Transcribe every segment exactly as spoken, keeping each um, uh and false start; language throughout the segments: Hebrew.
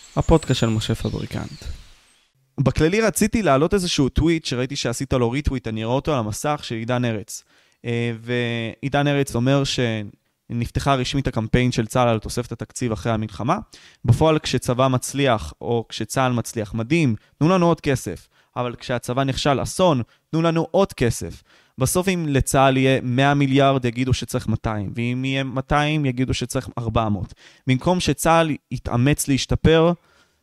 הפודקאסט של משה פבריקנט. בכללי רציתי להעלות איזשהו טוויט שראיתי שעשית לו ריטוויט, אני רואה אותו על המסך של עידן ארץ. ועידן ארץ אומר שנפתחה רשמית הקמפיין של צה"ל על תוספת התקציב אחרי המלחמה. בפועל כשצבא מצליח או כשצה"ל מצליח, מדהים, תנו לנו עוד כסף. אבל כשהצבא נכשל, אסון, תנו לנו עוד כסף. בסוף אם לצה"ל יהיה מאה מיליארד יגידו שצריך מאתיים, ואם יהיה מאתיים יגידו שצריך ארבע מאות. במקום שצה"ל יתאמץ להשתפר,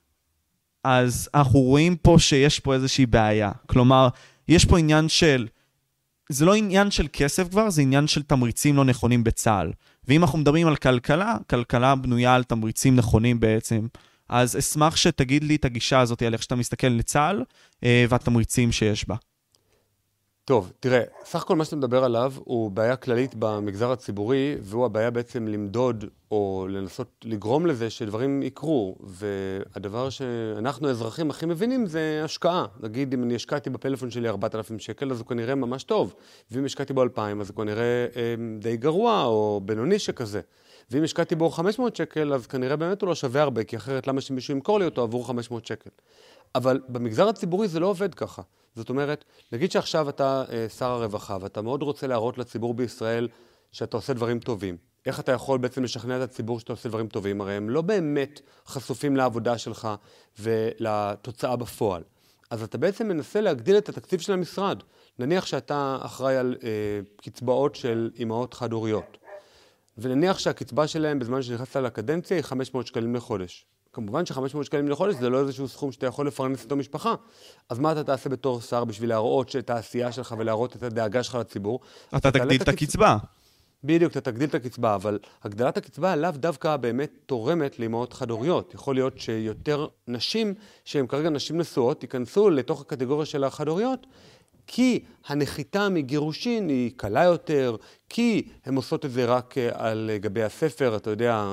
אז אנחנו רואים פה שיש פה איזושהי בעיה. כלומר, יש פה עניין של, זה לא עניין של כסף כבר, זה עניין של תמריצים לא נכונים בצה"ל. ואם אנחנו מדברים על כלכלה, כלכלה בנויה על תמריצים נכונים בעצם, אז אשמח שתגיד לי את הגישה הזאת על איך שאתה מסתכל לצה"ל, והתמריצים שיש בה. טוב, תראה, סך הכל מה שאתה מדבר עליו הוא בעיה כללית במגזר הציבורי, והוא הבעיה בעצם למדוד או לנסות לגרום לזה שדברים יקרו, והדבר שאנחנו האזרחים הכי מבינים זה השקעה. נגיד, אם אני השקעתי בפלאפון שלי ארבעת אלפים שקל, אז הוא כנראה ממש טוב, ואם השקעתי בו אלפיים, אז הוא כנראה אה, די גרוע או בינוני שכזה. ואם השקעתי בו חמש מאות שקל, אז כנראה באמת הוא לא שווה הרבה, כי אחרת למה שמישהו ימכור לי אותו עבור חמש מאות שקל. אבל במגזר הציבורי זה לא עובד ככה. זאת אומרת, נגיד שעכשיו אתה אה, שר הרווחה, ואתה מאוד רוצה להראות לציבור בישראל שאתה עושה דברים טובים. איך אתה יכול בעצם לשכנע את הציבור שאתה עושה דברים טובים? הרי הם לא באמת חשופים לעבודה שלך ולתוצאה בפועל. אז אתה בעצם מנסה להגדיל את התקציב של המשרד. נניח שאתה אחראי על אה, קצבאות של אמהות חד-הוריות. ונניח שהקצבה שלהם בזמן שנכנסת לקדנציה היא חמש מאות שקלים לחודש. כמובן ש-חמש מאות שקלים לחודש זה לא איזשהו סכום שאתה יכול לפרנס אותו משפחה. אז מה אתה תעשה בתור שר בשביל להראות את העשייה שלך ולהראות את הדאגה שלך לציבור? אתה תגדיל את הקצבה. בדיוק, אתה תגדיל את הקצבה, אבל הגדלת הקצבה לאו דווקא באמת תורמת לאמהות חד-הוריות. יכול להיות שיותר נשים, שהן כרגע נשים נשואות, ייכנסו לתוך הקטגוריה של החד-הוריות, כי הנחיתה מגירושין היא קלה יותר, כי הן עושות את זה רק על גבי הספר, אתה יודע,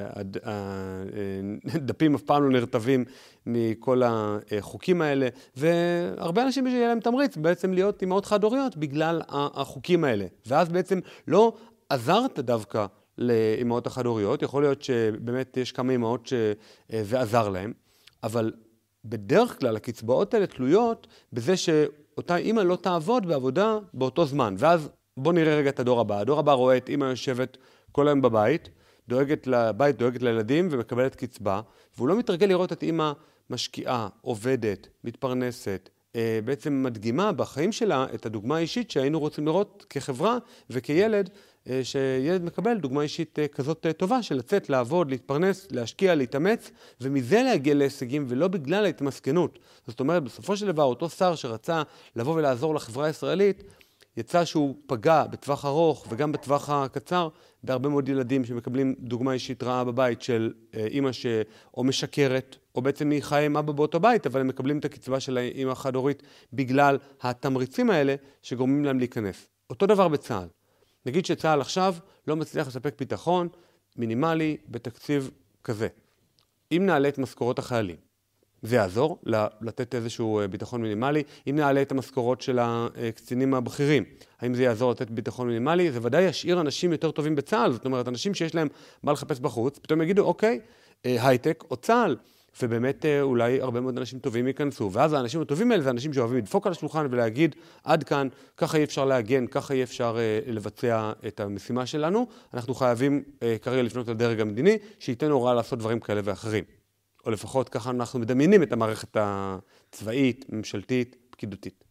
דפים אף פעם לא נרטבים מכל החוקים האלה, והרבה אנשים שיהיה להם תמריץ בעצם להיות אמהות חד-הוריות בגלל החוקים האלה. ואז בעצם לא עזרת דווקא לאמהות החד-הוריות, יכול להיות שבאמת יש כמה אמהות שזה עזר להם, אבל בדרך כלל הקצבאות האלה תלויות בזה ש... אותה אמא לא תעבוד בעבודה באותו זמן. ואז בוא נראה רגע את הדור הבא. הדור הבא רואה את אמא יושבת כל היום בבית, דואגת לבית, דואגת לילדים ומקבלת קצבה, והוא לא מתרגל לראות את אמא משקיעה, עובדת, מתפרנסת, בעצם מדגימה בחיים שלה את הדוגמה האישית שהיינו רוצים לראות כחברה וכילד, שילד מקבל דוגמה אישית כזאת טובה של לצאת, לעבוד, להתפרנס, להשקיע, להתאמץ, ומזה להגיע להישגים ולא בגלל ההתמסכנות. זאת אומרת, בסופו של דבר, אותו שר שרצה לבוא ולעזור לחברה הישראלית, יצא שהוא פגע בטווח ארוך וגם בטווח הקצר בהרבה מאוד ילדים שמקבלים דוגמה אישית רעה בבית של אמא שאו משקרת, או בעצם היא חיה עם אבא באותו בית, אבל הם מקבלים את הקצבה של האמא החד-הורית בגלל התמריצים האלה שגורמים להם להיכנס. אותו דבר בצה"ל. נגיד שצה"ל עכשיו לא מצליח לספק ביטחון מינימלי בתקציב כזה. אם נעלה את משכורות החיילים, זה יעזור לתת איזשהו ביטחון מינימלי. אם נעלה את המשכורות של הקצינים הבכירים, האם זה יעזור לתת ביטחון מינימלי? זה ודאי ישאיר אנשים יותר טובים בצה"ל. זאת אומרת, אנשים שיש להם מה לחפש בחוץ, פתאום יגידו, אוקיי, הייטק או צה"ל. ובאמת אולי הרבה מאוד אנשים טובים ייכנסו. ואז האנשים הטובים האלה זה אנשים שאוהבים לדפוק על השולחן ולהגיד, עד כאן, ככה אי אפשר להגן, ככה אי אפשר לבצע את המשימה שלנו. אנחנו חייבים כרגע לפנות לדרג המדיני, שייתן הוראה לעשות דברים כאלה ואחרים. או לפחות ככה אנחנו מדמיינים את המערכת הצבאית, ממשלתית, פקידותית.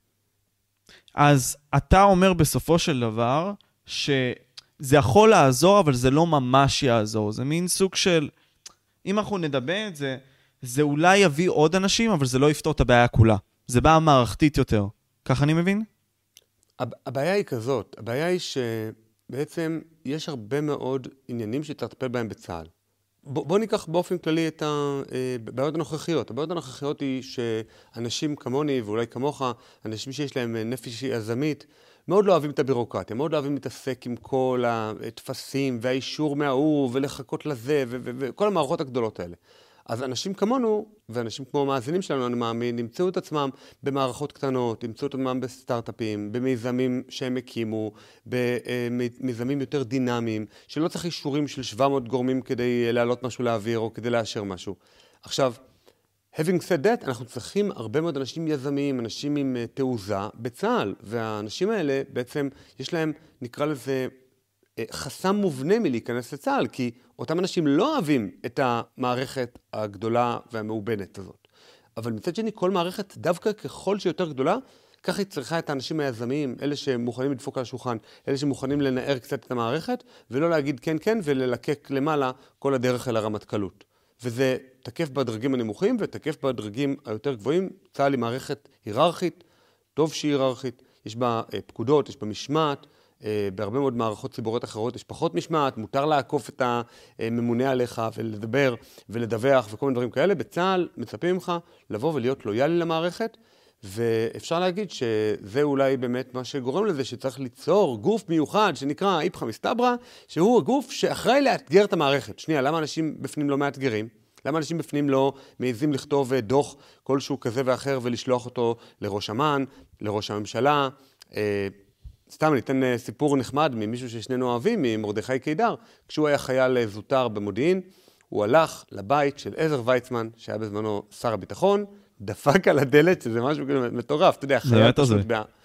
אז אתה אומר בסופו של דבר שזה יכול לעזור, אבל זה לא ממש יעזור. זה מין סוג של, אם אנחנו נדבר את זה, זה אולי יביא עוד אנשים, אבל זה לא יפתור את הבעיה כולה. זה בעיה מערכתית יותר. ככה אני מבין? הבעיה היא כזאת. הבעיה היא שבעצם יש הרבה מאוד עניינים שצריך לטפל בהם בצה"ל. בוא, בוא ניקח באופן כללי את הבעיות הנוכחיות. הבעיות הנוכחיות היא שאנשים כמוני ואולי כמוך, אנשים שיש להם נפש יזמית, מאוד לא אוהבים את הבירוקרטיה, מאוד לא אוהבים להתעסק עם כל התפסים והאישור מההוא ולחכות לזה וכל המערכות הגדולות האלה. אז אנשים כמונו, ואנשים כמו המאזינים שלנו, אני מאמין, נמצאו את עצמם במערכות קטנות, נמצאו את עצמם בסטארט-אפים, במיזמים שהם הקימו, במיזמים יותר דינמיים, שלא צריך אישורים של שבע מאות גורמים כדי להעלות משהו לאוויר או כדי לאשר משהו. עכשיו, Having said that, אנחנו צריכים הרבה מאוד אנשים יזמיים, אנשים עם uh, תעוזה בצה"ל, והאנשים האלה בעצם יש להם, נקרא לזה, uh, חסם מובנה מלהיכנס לצה"ל, כי אותם אנשים לא אוהבים את המערכת הגדולה והמאובנת הזאת. אבל מצד שני, כל מערכת, דווקא ככל שיותר גדולה, כך היא צריכה את האנשים היזמיים, אלה שמוכנים לדפוק על השולחן, אלה שמוכנים לנער קצת את המערכת, ולא להגיד כן כן וללקק למעלה כל הדרך אל הרמטכ"לות. וזה תקף בדרגים הנמוכים ותקף בדרגים היותר גבוהים. צה"ל היא מערכת היררכית, טוב שהיא היררכית, יש בה אה, פקודות, יש בה משמעת, אה, בהרבה מאוד מערכות ציבוריות אחרות יש פחות משמעת, מותר לעקוף את הממונה עליך ולדבר ולדווח וכל מיני דברים כאלה. בצה"ל מצפים ממך לבוא ולהיות לויאלי למערכת, ואפשר להגיד שזה אולי באמת מה שגורם לזה שצריך ליצור גוף מיוחד שנקרא איפכא מסתברא, שהוא הגוף שאחראי לאתגר את המערכת. שנייה, למה אנשים בפנים לא מאתגרים? למה אנשים בפנים לא מעיזים לכתוב דוח כלשהו כזה ואחר ולשלוח אותו לראש אמ"ן, לראש הממשלה? אה, סתם ניתן סיפור נחמד ממישהו ששנינו אוהבים, ממרדכי קידר. כשהוא היה חייל זוטר במודיעין, הוא הלך לבית של עזר ויצמן, שהיה בזמנו שר הביטחון, דפק על הדלת, שזה משהו כאילו מטורף, אתה יודע, חייל פשוט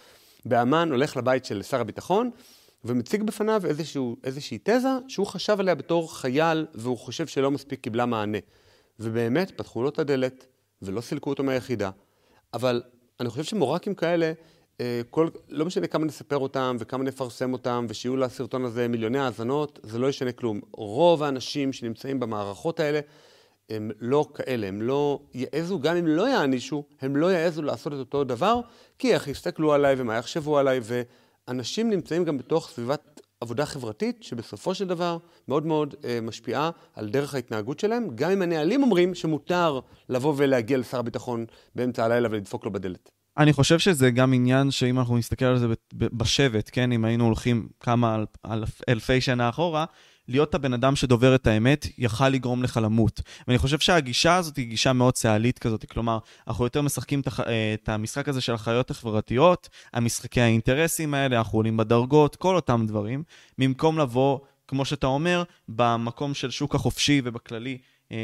באמן, הולך לבית של שר הביטחון, ומציג בפניו איזשהו, איזושהי תזה, שהוא חשב עליה בתור חייל, והוא חושב שלא מספיק קיבלה מענה. ובאמת, פתחו לו את הדלת, ולא סילקו אותו מהיחידה. אבל אני חושב שמורקים כאלה, כל, לא משנה כמה נספר אותם, וכמה נפרסם אותם, ושיהיו לסרטון הזה מיליוני האזנות, זה לא ישנה כלום. רוב האנשים שנמצאים במערכות האלה, הם לא כאלה, הם לא יעזו, גם אם לא יענישו, הם לא יעזו לעשות את אותו דבר, כי איך יסתכלו עליי ומה יחשבו עליי, ואנשים נמצאים גם בתוך סביבת עבודה חברתית, שבסופו של דבר מאוד מאוד אה, משפיעה על דרך ההתנהגות שלהם, גם אם הנהלים אומרים שמותר לבוא ולהגיע לשר הביטחון באמצע הלילה ולדפוק לו בדלת. אני חושב שזה גם עניין שאם אנחנו נסתכל על זה בשבט, כן, אם היינו הולכים כמה אל, אל, אלפי שנה אחורה, להיות הבן אדם שדובר את האמת, יכל לגרום לך למות. ואני חושב שהגישה הזאת היא גישה מאוד צהלית כזאת, כלומר, אנחנו יותר משחקים את המשחק הזה של החיות החברתיות, המשחקי האינטרסים האלה, אנחנו עולים בדרגות, כל אותם דברים, במקום לבוא, כמו שאתה אומר, במקום של שוק החופשי ובכללי,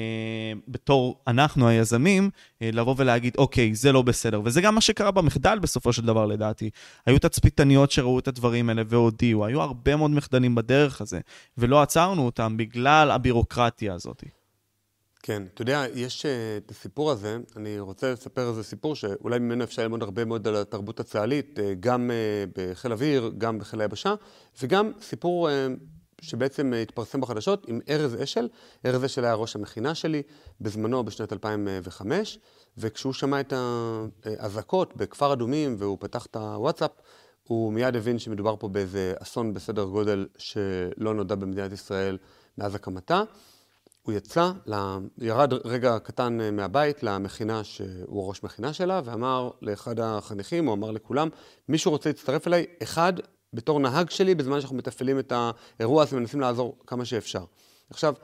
בתור אנחנו היזמים, לבוא ולהגיד, אוקיי, זה לא בסדר. וזה גם מה שקרה במחדל בסופו של דבר, לדעתי. היו תצפיתניות שראו את הדברים האלה והודיעו. היו הרבה מאוד מחדלים בדרך הזה, ולא עצרנו אותם בגלל הבירוקרטיה הזאת. כן, אתה יודע, יש את הסיפור הזה, אני רוצה לספר איזה סיפור שאולי ממנו אפשר ללמוד הרבה מאוד על התרבות הצה"לית, גם בחיל אוויר, גם בחיל היבשה, וגם סיפור שבעצם התפרסם בחדשות עם ארז אשל. ארז אשל היה ראש המכינה שלי בזמנו בשנת אלפיים וחמש, וכשהוא שמע את האזעקות בכפר אדומים והוא פתח את הוואטסאפ, הוא מיד הבין שמדובר פה באיזה אסון בסדר גודל שלא נודע במדינת ישראל מאז הקמתה. הוא יצא, ירד רגע קטן מהבית למכינה שהוא ראש מכינה שלה, ואמר לאחד החניכים, הוא אמר לכולם, מישהו רוצה להצטרף אליי, אחד בתור נהג שלי, בזמן שאנחנו מתפעלים את האירוע הזה, מנסים לעזור כמה שאפשר. עכשיו,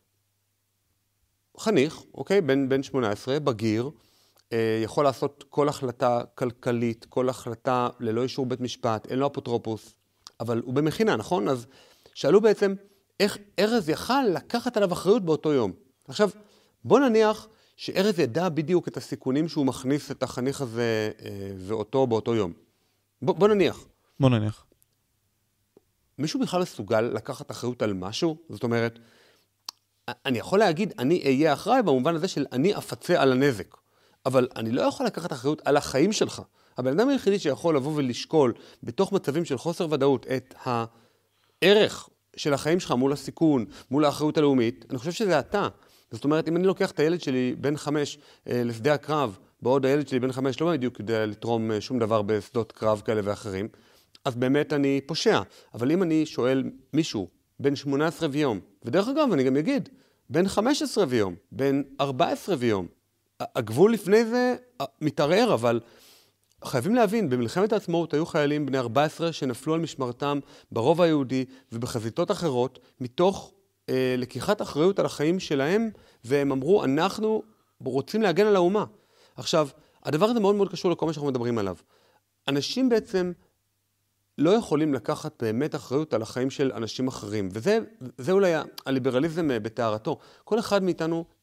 חניך, אוקיי, בן, בן שמונה עשרה, בגיר, אה, יכול לעשות כל החלטה כלכלית, כל החלטה ללא אישור בית משפט, אין לו אפוטרופוס, אבל הוא במכינה, נכון? אז שאלו בעצם, איך ארז יכל לקחת עליו אחריות באותו יום. עכשיו, בוא נניח שארז ידע בדיוק את הסיכונים שהוא מכניס את החניך הזה אה, ואותו באותו יום. בוא, בוא נניח. בוא נניח. מישהו בכלל מסוגל לקחת אחריות על משהו? זאת אומרת, אני יכול להגיד, אני אהיה אחראי במובן הזה של אני אפצה על הנזק. אבל אני לא יכול לקחת אחריות על החיים שלך. הבן אדם היחידי שיכול לבוא ולשקול בתוך מצבים של חוסר ודאות את הערך של החיים שלך מול הסיכון, מול האחריות הלאומית, אני חושב שזה אתה. זאת אומרת, אם אני לוקח את הילד שלי בן חמש אה, לשדה הקרב, בעוד הילד שלי בן חמש לא בדיוק כדי לתרום אה, שום דבר בשדות קרב כאלה ואחרים, אז באמת אני פושע. אבל אם אני שואל מישהו בן שמונה עשרה ויום, ודרך אגב אני גם אגיד, בן חמש עשרה ויום, בן ארבע עשרה ויום, הגבול לפני זה מתערער, אבל חייבים להבין, במלחמת העצמאות היו חיילים בני ארבע עשרה שנפלו על משמרתם ברובע היהודי ובחזיתות אחרות, מתוך אה, לקיחת אחריות על החיים שלהם, והם אמרו, אנחנו רוצים להגן על האומה. עכשיו, הדבר הזה מאוד מאוד קשור לכל מה שאנחנו מדברים עליו. אנשים בעצם לא יכולים לקחת באמת אחריות על החיים של אנשים אחרים, וזה זה אולי הליברליזם בתארתו. כל אחד מאיתנו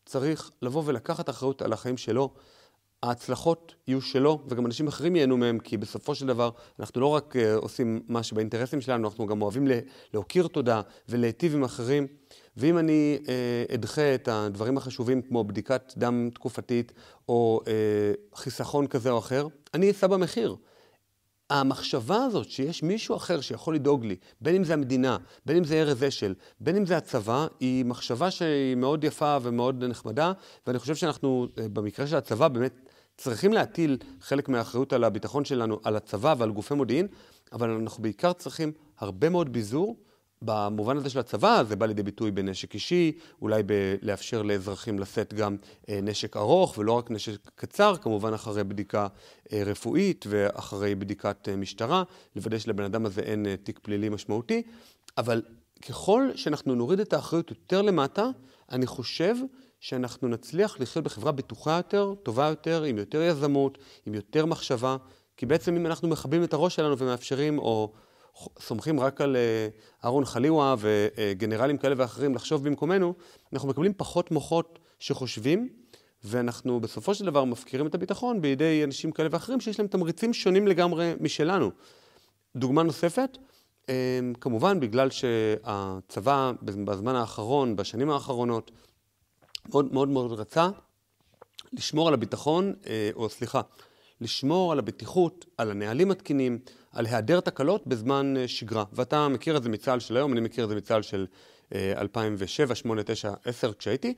צריך לבוא ולקחת אחריות על החיים שלו. ההצלחות יהיו שלו, וגם אנשים אחרים ייהנו מהם, כי בסופו של דבר אנחנו לא רק uh, עושים מה שבאינטרסים שלנו, אנחנו גם אוהבים להוקיר תודה ולהיטיב עם אחרים. ואם אני uh, אדחה את הדברים החשובים, כמו בדיקת דם תקופתית, או uh, חיסכון כזה או אחר, אני אשא במחיר. המחשבה הזאת שיש מישהו אחר שיכול לדאוג לי, בין אם זה המדינה, בין אם זה ארז אשל, בין אם זה הצבא, היא מחשבה שהיא מאוד יפה ומאוד נחמדה, ואני חושב שאנחנו במקרה של הצבא באמת צריכים להטיל חלק מהאחריות על הביטחון שלנו, על הצבא ועל גופי מודיעין, אבל אנחנו בעיקר צריכים הרבה מאוד ביזור, במובן הזה של הצבא, זה בא לידי ביטוי בנשק אישי, אולי לאפשר לאזרחים לשאת גם נשק ארוך, ולא רק נשק קצר, כמובן אחרי בדיקה רפואית ואחרי בדיקת משטרה, לוודא שלבן אדם הזה אין תיק פלילי משמעותי, אבל ככל שאנחנו נוריד את האחריות יותר למטה, אני חושב שאנחנו נצליח לחיות בחברה בטוחה יותר, טובה יותר, עם יותר יזמות, עם יותר מחשבה, כי בעצם אם אנחנו מכבים את הראש שלנו ומאפשרים, או סומכים רק על אהרון חליווה וגנרלים כאלה ואחרים לחשוב במקומנו, אנחנו מקבלים פחות מוחות שחושבים, ואנחנו בסופו של דבר מפקירים את הביטחון בידי אנשים כאלה ואחרים שיש להם תמריצים שונים לגמרי משלנו. דוגמה נוספת, כמובן בגלל שהצבא בזמן האחרון, בשנים האחרונות, מאוד מאוד מאוד רצה לשמור על הביטחון, או סליחה, לשמור על הבטיחות, על הנהלים התקינים, על היעדר תקלות בזמן שגרה. ואתה מכיר את זה מצה"ל של היום, אני מכיר את זה מצה"ל של אלפיים ושבע, שמונה, תשע, עשר כשהייתי.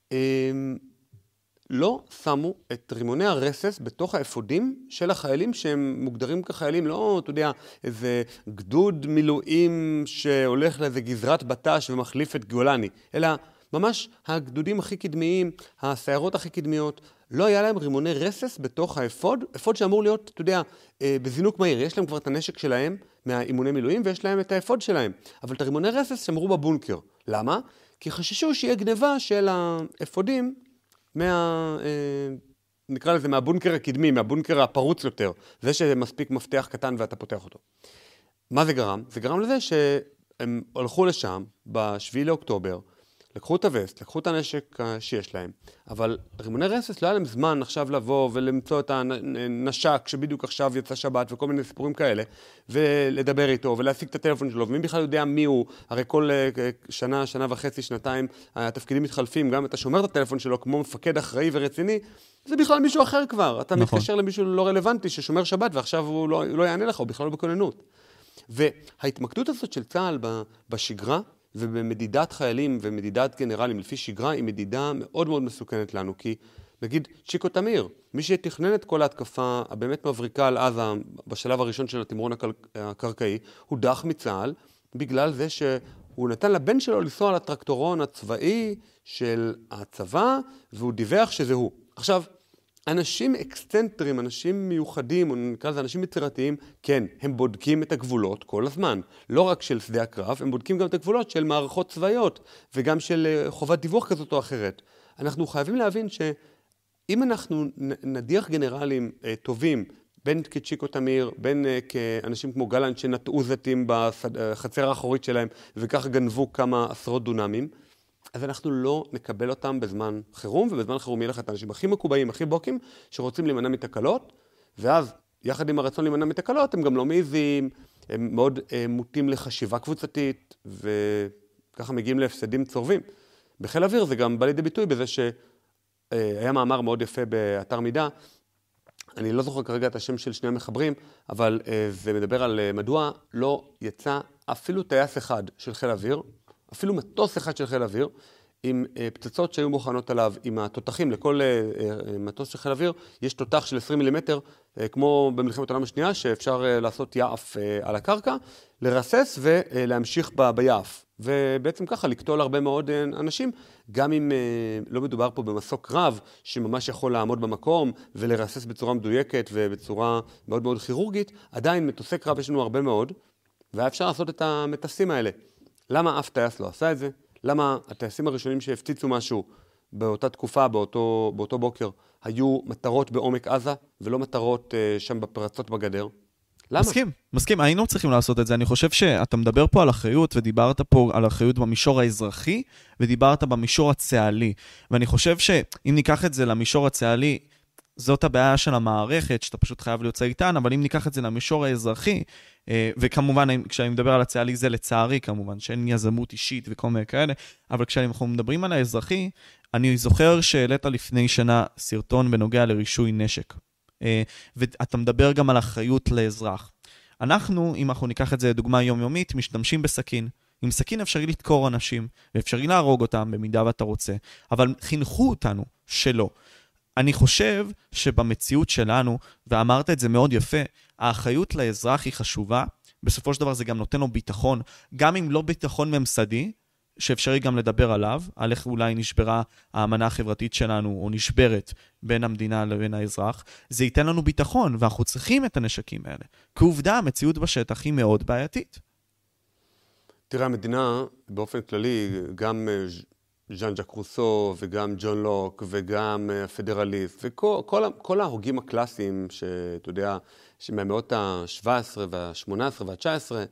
לא שמו את רימוני הרסס בתוך האפודים של החיילים שהם מוגדרים כחיילים, לא, אתה יודע, איזה גדוד מילואים שהולך לאיזה גזרת בט"ש ומחליף את גולני, אלא ממש הגדודים הכי קדמיים, הסיירות הכי קדמיות, לא היה להם רימוני רסס בתוך האפוד, אפוד שאמור להיות, אתה יודע, בזינוק מהיר. יש להם כבר את הנשק שלהם מהאימוני מילואים, ויש להם את האפוד שלהם. אבל את הרימוני רסס שמרו בבונקר. למה? כי חששו שיהיה גניבה של האפודים מה... נקרא לזה מהבונקר הקדמי, מהבונקר הפרוץ יותר. זה שמספיק מפתח קטן ואתה פותח אותו. מה זה גרם? זה גרם לזה שהם הלכו לשם בשביעי לאוקטובר, לקחו את הווסט, לקחו את הנשק שיש להם, אבל רימוני רסס לא היה להם זמן עכשיו לבוא ולמצוא את הנשק שבדיוק עכשיו יצא שבת וכל מיני סיפורים כאלה, ולדבר איתו ולהשיג את הטלפון שלו, ומי בכלל יודע מי הוא, הרי כל שנה, שנה וחצי, שנתיים, התפקידים מתחלפים, גם אתה שומר את הטלפון שלו כמו מפקד אחראי ורציני, זה בכלל מישהו אחר כבר, אתה נכון. מתקשר למישהו לא רלוונטי ששומר שבת ועכשיו הוא לא, הוא לא יענה לך, הוא בכלל לא בכוננות. וההתמקדות הזאת של צה"ל בשגרה, ובמדידת חיילים ומדידת גנרלים לפי שגרה היא מדידה מאוד מאוד מסוכנת לנו, כי נגיד צ'יקו תמיר, מי שתכנן את כל ההתקפה הבאמת מבריקה על עזה בשלב הראשון של התמרון הקרקעי, הוא דח מצה"ל בגלל זה שהוא נתן לבן שלו לנסוע על הטרקטורון הצבאי של הצבא, והוא דיווח שזה הוא. עכשיו, אנשים אקסצנטרים, אנשים מיוחדים, או נקרא לזה אנשים יצירתיים, כן, הם בודקים את הגבולות כל הזמן. לא רק של שדה הקרב, הם בודקים גם את הגבולות של מערכות צבאיות, וגם של חובת דיווח כזאת או אחרת. אנחנו חייבים להבין שאם אנחנו נדיח גנרלים טובים, בין כצ'יקו תמיר, בין כאנשים כמו גלנט שנטעו זיתים בחצר האחורית שלהם, וכך גנבו כמה עשרות דונמים, אז אנחנו לא נקבל אותם בזמן חירום, ובזמן חירום יהיה לך את האנשים הכי מקובעים, הכי בוקים, שרוצים להימנע מתקלות, ואז יחד עם הרצון להימנע מתקלות, הם גם לא מעיזים, הם מאוד אה, מוטים לחשיבה קבוצתית, וככה מגיעים להפסדים צורבים. בחיל אוויר זה גם בא לידי ביטוי בזה שהיה מאמר מאוד יפה באתר מידע, אני לא זוכר כרגע את השם של שני המחברים, אבל אה, זה מדבר על אה, מדוע לא יצא אפילו טייס אחד של חיל אוויר, אפילו מטוס אחד של חיל אוויר, עם פצצות שהיו מוכנות עליו, עם התותחים, לכל מטוס של חיל אוויר, יש תותח של עשרים מילימטר, כמו במלחמת העולם השנייה, שאפשר לעשות יעף על הקרקע, לרסס ולהמשיך ביעף. ובעצם ככה לקטול הרבה מאוד אנשים, גם אם לא מדובר פה במסוק רב, שממש יכול לעמוד במקום ולרסס בצורה מדויקת ובצורה מאוד מאוד כירורגית, עדיין מטוסי קרב יש לנו הרבה מאוד, והיה אפשר לעשות את המטסים האלה. למה אף טייס לא עשה את זה? למה הטייסים הראשונים שהפציצו משהו באותה תקופה, באותו, באותו בוקר, היו מטרות בעומק עזה, ולא מטרות uh, שם בפרצות בגדר? למה? מסכים, מסכים, היינו צריכים לעשות את זה. אני חושב שאתה מדבר פה על אחריות, ודיברת פה על אחריות במישור האזרחי, ודיברת במישור הצהלי. ואני חושב שאם ניקח את זה למישור הצהלי, זאת הבעיה של המערכת, שאתה פשוט חייב להיות איתן, אבל אם ניקח את זה למישור האזרחי, וכמובן, כשאני מדבר על הצהלי, זה לצערי, כמובן, שאין יזמות אישית וכל מיני כאלה, אבל כשאנחנו מדברים על האזרחי, אני זוכר שהעלית לפני שנה סרטון בנוגע לרישוי נשק. ואתה מדבר גם על אחריות לאזרח. אנחנו, אם אנחנו ניקח את זה דוגמה יומיומית, משתמשים בסכין. עם סכין אפשרי לתקור אנשים, ואפשרי להרוג אותם במידה ואתה רוצה, אבל חינכו אותנו שלא. אני חושב שבמציאות שלנו, ואמרת את זה מאוד יפה, האחריות לאזרח היא חשובה, בסופו של דבר זה גם נותן לו ביטחון, גם אם לא ביטחון ממסדי, שאפשרי גם לדבר עליו, על איך אולי נשברה האמנה החברתית שלנו, או נשברת בין המדינה לבין האזרח, זה ייתן לנו ביטחון, ואנחנו צריכים את הנשקים האלה. כעובדה, המציאות בשטח היא מאוד בעייתית. תראה, המדינה, באופן כללי, גם ז'אן ז'אק רוסו, וגם ג'ון לוק, וגם הפדרליסט, וכל כל, כל ההוגים הקלאסיים, שאתה יודע, שמהמאות ה-שבע עשרה וה-שמונה עשרה וה-תשע עשרה,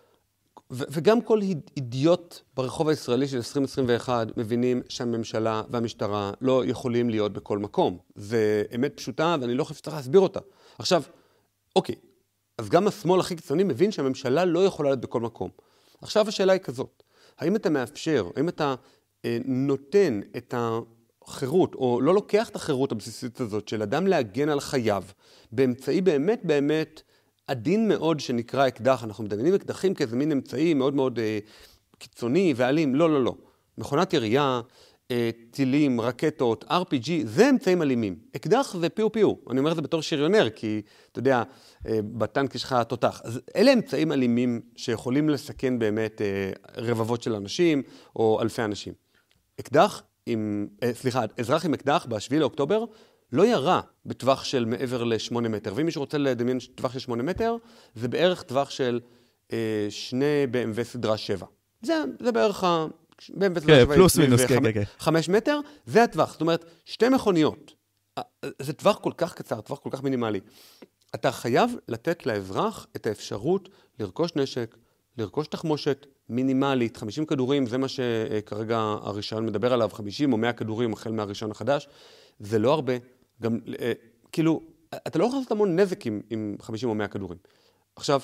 וגם כל אידיוט ברחוב הישראלי של עשרים עשרים ואחת מבינים שהממשלה והמשטרה לא יכולים להיות בכל מקום. זה אמת פשוטה ואני לא חושב שצריך להסביר אותה. עכשיו, אוקיי, אז גם השמאל הכי קיצוני מבין שהממשלה לא יכולה להיות בכל מקום. עכשיו השאלה היא כזאת, האם אתה מאפשר, האם אתה אה, נותן את החירות, או לא לוקח את החירות הבסיסית הזאת של אדם להגן על חייו, באמצעי באמת באמת, עדין מאוד שנקרא אקדח, אנחנו מדמיינים אקדחים כאיזה מין אמצעי מאוד מאוד אה, קיצוני ואלים, לא, לא, לא. מכונת ירייה, אה, טילים, רקטות, אר פי ג'י, זה אמצעים אלימים. אקדח זה פיו פיו, אני אומר את זה בתור שריונר, כי אתה יודע, אה, בטנק יש לך תותח. אז אלה אמצעים אלימים שיכולים לסכן באמת אה, רבבות של אנשים או אלפי אנשים. אקדח עם, אה, סליחה, אזרח עם אקדח בשביעי לאוקטובר, לא ירה בטווח של מעבר לשמונה מטר. ואם מישהו רוצה לדמיין טווח של שמונה מטר, זה בערך טווח של אה, שני בי אם דאבליו סדרה שבע. זה, זה בערך ה... בי אם דאבליו סדרה שבע. כן, פלוס מינוס, כן, כן, כן. חמש מטר, זה הטווח. זאת אומרת, שתי מכוניות. זה טווח כל כך קצר, טווח כל כך מינימלי. אתה חייב לתת לאזרח את האפשרות לרכוש נשק, לרכוש תחמושת מינימלית, חמישים כדורים, זה מה שכרגע הרישיון מדבר עליו, חמישים או מאה כדורים החל מהרישיון החדש. זה לא הרבה. גם, אה, כאילו, אתה לא יכול לעשות המון נזק עם, עם חמישים או מאה כדורים. עכשיו,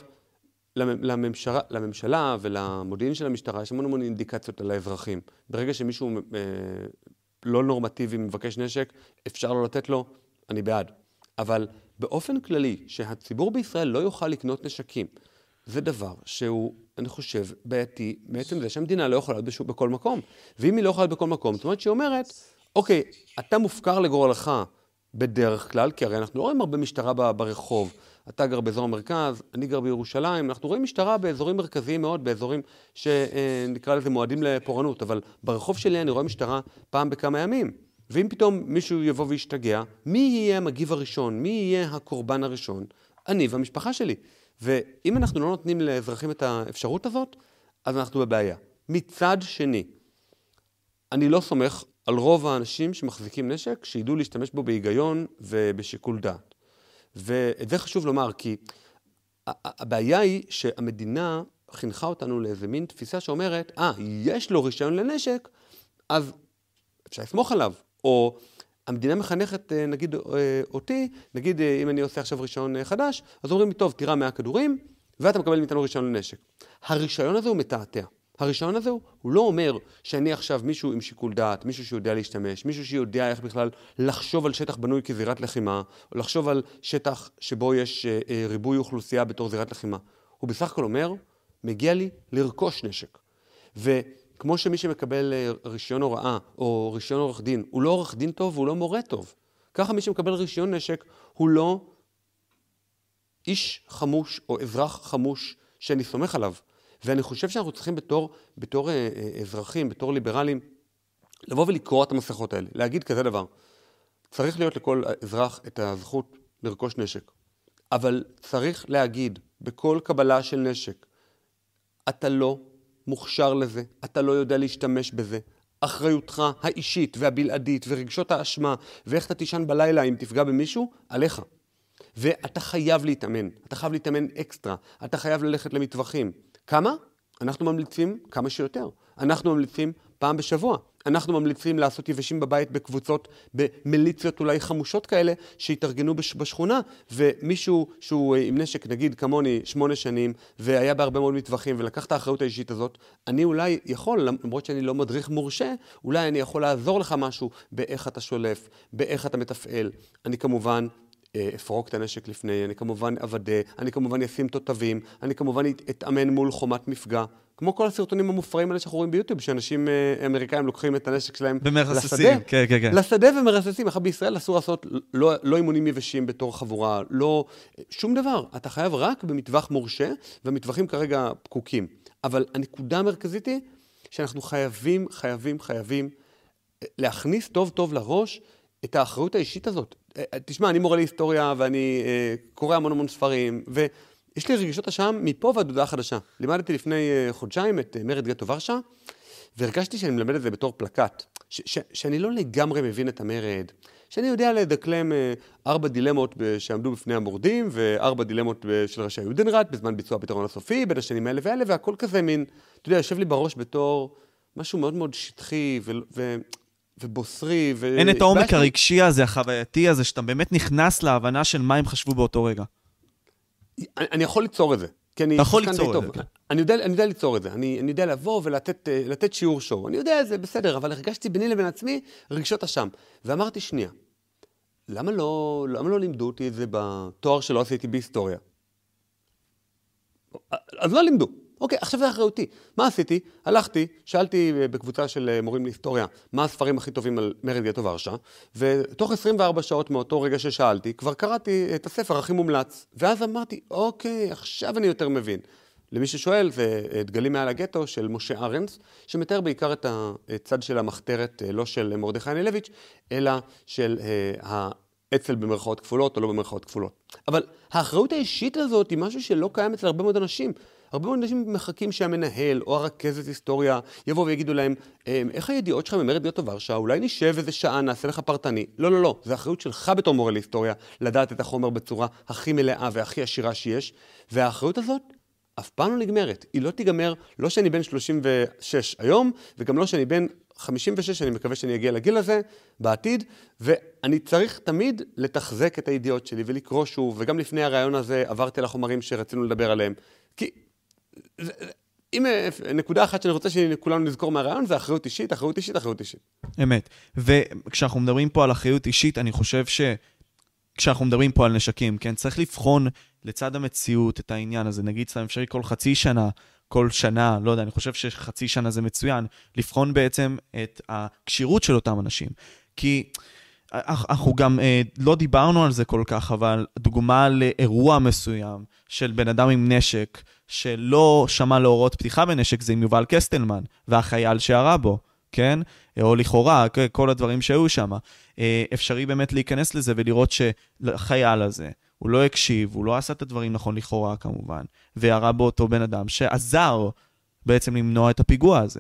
לממשלה, לממשלה ולמודיעין של המשטרה יש המון המון אינדיקציות על האזרחים. ברגע שמישהו אה, לא נורמטיבי מבקש נשק, אפשר לא לתת לו, אני בעד. אבל באופן כללי, שהציבור בישראל לא יוכל לקנות נשקים, זה דבר שהוא, אני חושב, בעייתי, בעצם זה שהמדינה לא יכולה להיות בכל מקום. ואם היא לא יכולה להיות בכל מקום, זאת אומרת שהיא אומרת, אוקיי, אתה מופקר לגורלך בדרך כלל, כי הרי אנחנו לא רואים הרבה משטרה ברחוב. אתה גר באזור המרכז, אני גר בירושלים, אנחנו רואים משטרה באזורים מרכזיים מאוד, באזורים שנקרא לזה מועדים לפורענות, אבל ברחוב שלי אני רואה משטרה פעם בכמה ימים. ואם פתאום מישהו יבוא וישתגע, מי יהיה המגיב הראשון? מי יהיה הקורבן הראשון? אני והמשפחה שלי. ואם אנחנו לא נותנים לאזרחים את האפשרות הזאת, אז אנחנו בבעיה. מצד שני, אני לא סומך על רוב האנשים שמחזיקים נשק, שידעו להשתמש בו בהיגיון ובשיקול דעת. ואת זה חשוב לומר, כי הבעיה היא שהמדינה חינכה אותנו לאיזה מין תפיסה שאומרת, אה, יש לו רישיון לנשק, אז אפשר לסמוך עליו. או המדינה מחנכת, נגיד, אותי, נגיד, אם אני עושה עכשיו רישיון חדש, אז אומרים לי, טוב, תירה מאה כדורים, ואתה מקבל מאיתנו רישיון לנשק. הרישיון הזה הוא מתעתע. הרישיון הזה הוא לא אומר שאני עכשיו מישהו עם שיקול דעת, מישהו שיודע להשתמש, מישהו שיודע איך בכלל לחשוב על שטח בנוי כזירת לחימה, או לחשוב על שטח שבו יש ריבוי אוכלוסייה בתור זירת לחימה. הוא בסך הכל אומר, מגיע לי לרכוש נשק. וכמו שמי שמקבל רישיון הוראה או רישיון עורך דין, הוא לא עורך דין טוב והוא לא מורה טוב. ככה מי שמקבל רישיון נשק הוא לא איש חמוש או אזרח חמוש שאני סומך עליו. ואני חושב שאנחנו צריכים בתור, בתור אה, אה, אזרחים, בתור ליברלים, לבוא ולקרוא את המסכות האלה, להגיד כזה דבר. צריך להיות לכל אזרח את הזכות לרכוש נשק, אבל צריך להגיד בכל קבלה של נשק, אתה לא מוכשר לזה, אתה לא יודע להשתמש בזה, אחריותך האישית והבלעדית ורגשות האשמה, ואיך אתה תישן בלילה אם תפגע במישהו, עליך. ואתה חייב להתאמן, אתה חייב להתאמן אקסטרה, אתה חייב ללכת למטווחים. כמה? אנחנו ממליצים כמה שיותר. אנחנו ממליצים פעם בשבוע. אנחנו ממליצים לעשות יבשים בבית בקבוצות, במיליציות אולי חמושות כאלה, שהתארגנו בשכונה, ומישהו שהוא עם נשק, נגיד כמוני, שמונה שנים, והיה בהרבה מאוד מטווחים, ולקח את האחריות האישית הזאת, אני אולי יכול, למרות שאני לא מדריך מורשה, אולי אני יכול לעזור לך משהו באיך אתה שולף, באיך אתה מתפעל. אני כמובן אפרוק את הנשק לפני, אני כמובן אבדה, אני כמובן אשים תותבים, אני כמובן אתאמן מול חומת מפגע. כמו כל הסרטונים המופרעים האלה שאנחנו רואים ביוטיוב, שאנשים אמריקאים לוקחים את הנשק שלהם לשדה, כן, כן, כן. לשדה ומרססים. איך בישראל אסור לעשות לא, לא אימונים יבשים בתור חבורה, לא, שום דבר. אתה חייב רק במטווח מורשה, והמטווחים כרגע פקוקים. אבל הנקודה המרכזית היא שאנחנו חייבים, חייבים, חייבים להכניס טוב טוב לראש את האחריות האישית הזאת. תשמע, אני מורה להיסטוריה ואני קורא המון המון ספרים, ו... יש לי רגישות אשם מפה ועד הודעה חדשה. לימדתי לפני חודשיים את מרד גטו ורשה, והרגשתי שאני מלמד את זה בתור פלקט, ש- ש- שאני לא לגמרי מבין את המרד, שאני יודע לדקלם ארבע דילמות שעמדו בפני המורדים, וארבע דילמות של ראשי יודנראט, בזמן ביצוע הפתרון הסופי, בין השנים האלה ואלה, והכל כזה מין, אתה יודע, יושב לי בראש בתור משהו מאוד מאוד שטחי ו... ו- ובוסרי. ו... אין את העומק הרגשי הזה, החווייתי הזה, שאתה באמת נכנס להבנה של מה הם חשבו באותו רגע. אני יכול ליצור את זה. אתה יכול ליצור את זה. אני יודע, אני יודע ליצור את זה. אני, אני יודע לבוא ולתת, לתת שיעור שואו. אני יודע את זה, בסדר, אבל הרגשתי ביני לבין עצמי רגשות אשם. ואמרתי, שנייה, למה לא, למה לא לימדו אותי את זה בתואר שלא עשיתי בהיסטוריה? אז לא לימדו. אוקיי, עכשיו זה אחריותי. מה עשיתי? הלכתי, שאלתי בקבוצה של מורים להיסטוריה, מה הספרים הכי טובים על מרד גטו ורשה, ותוך עשרים וארבע שעות מאותו רגע ששאלתי, כבר קראתי את הספר הכי מומלץ. ואז אמרתי, אוקיי, עכשיו אני יותר מבין. למי ששואל, זה דגלים מעל הגטו של משה ארנס, שמתאר בעיקר את הצד של המחתרת, לא של מרדכי אנילביץ', אלא של האצ"ל במרכאות כפולות או לא במרכאות כפולות. אבל האחריות האישית הזאת היא משהו שלא קיים אצל הרבה מאוד אנשים. הרבה מאוד אנשים מחכים שהמנהל או הרכזת היסטוריה יבוא ויגידו להם, איך הידיעות שלך ממרד גטו ורשה, אולי נשב איזה שעה, נעשה לך פרטני. לא, לא, לא. זה האחריות שלך בתור מורה להיסטוריה, לדעת את החומר בצורה הכי מלאה והכי עשירה שיש. והאחריות הזאת אף פעם לא נגמרת. היא לא תיגמר, לא שאני בן שלושים ושש היום, וגם לא שאני בן חמישים ושש, אני מקווה שאני אגיע לגיל הזה בעתיד, ואני צריך תמיד לתחזק את הידיעות שלי ולקרוא שוב, וגם לפני הרעיון הזה עברתי על החומרים שרצינו לדבר עליהם. כי אם נקודה אחת שאני רוצה שכולנו נזכור מהרעיון, זה אחריות אישית, אחריות אישית, אחריות אישית. אמת. וכשאנחנו מדברים פה על אחריות אישית, אני חושב שכשאנחנו מדברים פה על נשקים, כן, צריך לבחון לצד המציאות את העניין הזה. נגיד, סתם אפשרי כל חצי שנה, כל שנה, לא יודע, אני חושב שחצי שנה זה מצוין, לבחון בעצם את הקשירות של אותם אנשים. כי אנחנו גם אה, לא דיברנו על זה כל כך, אבל דוגמה לאירוע מסוים של בן אדם עם נשק, שלא שמע להורות פתיחה בנשק, זה עם יובל קסטלמן, והחייל שערה בו, כן? או לכאורה, כל הדברים שהיו שם. אה, אפשרי באמת להיכנס לזה ולראות שהחייל הזה, הוא לא הקשיב, הוא לא עשה את הדברים נכון לכאורה כמובן, והראה בו אותו בן אדם שעזר בעצם למנוע את הפיגוע הזה.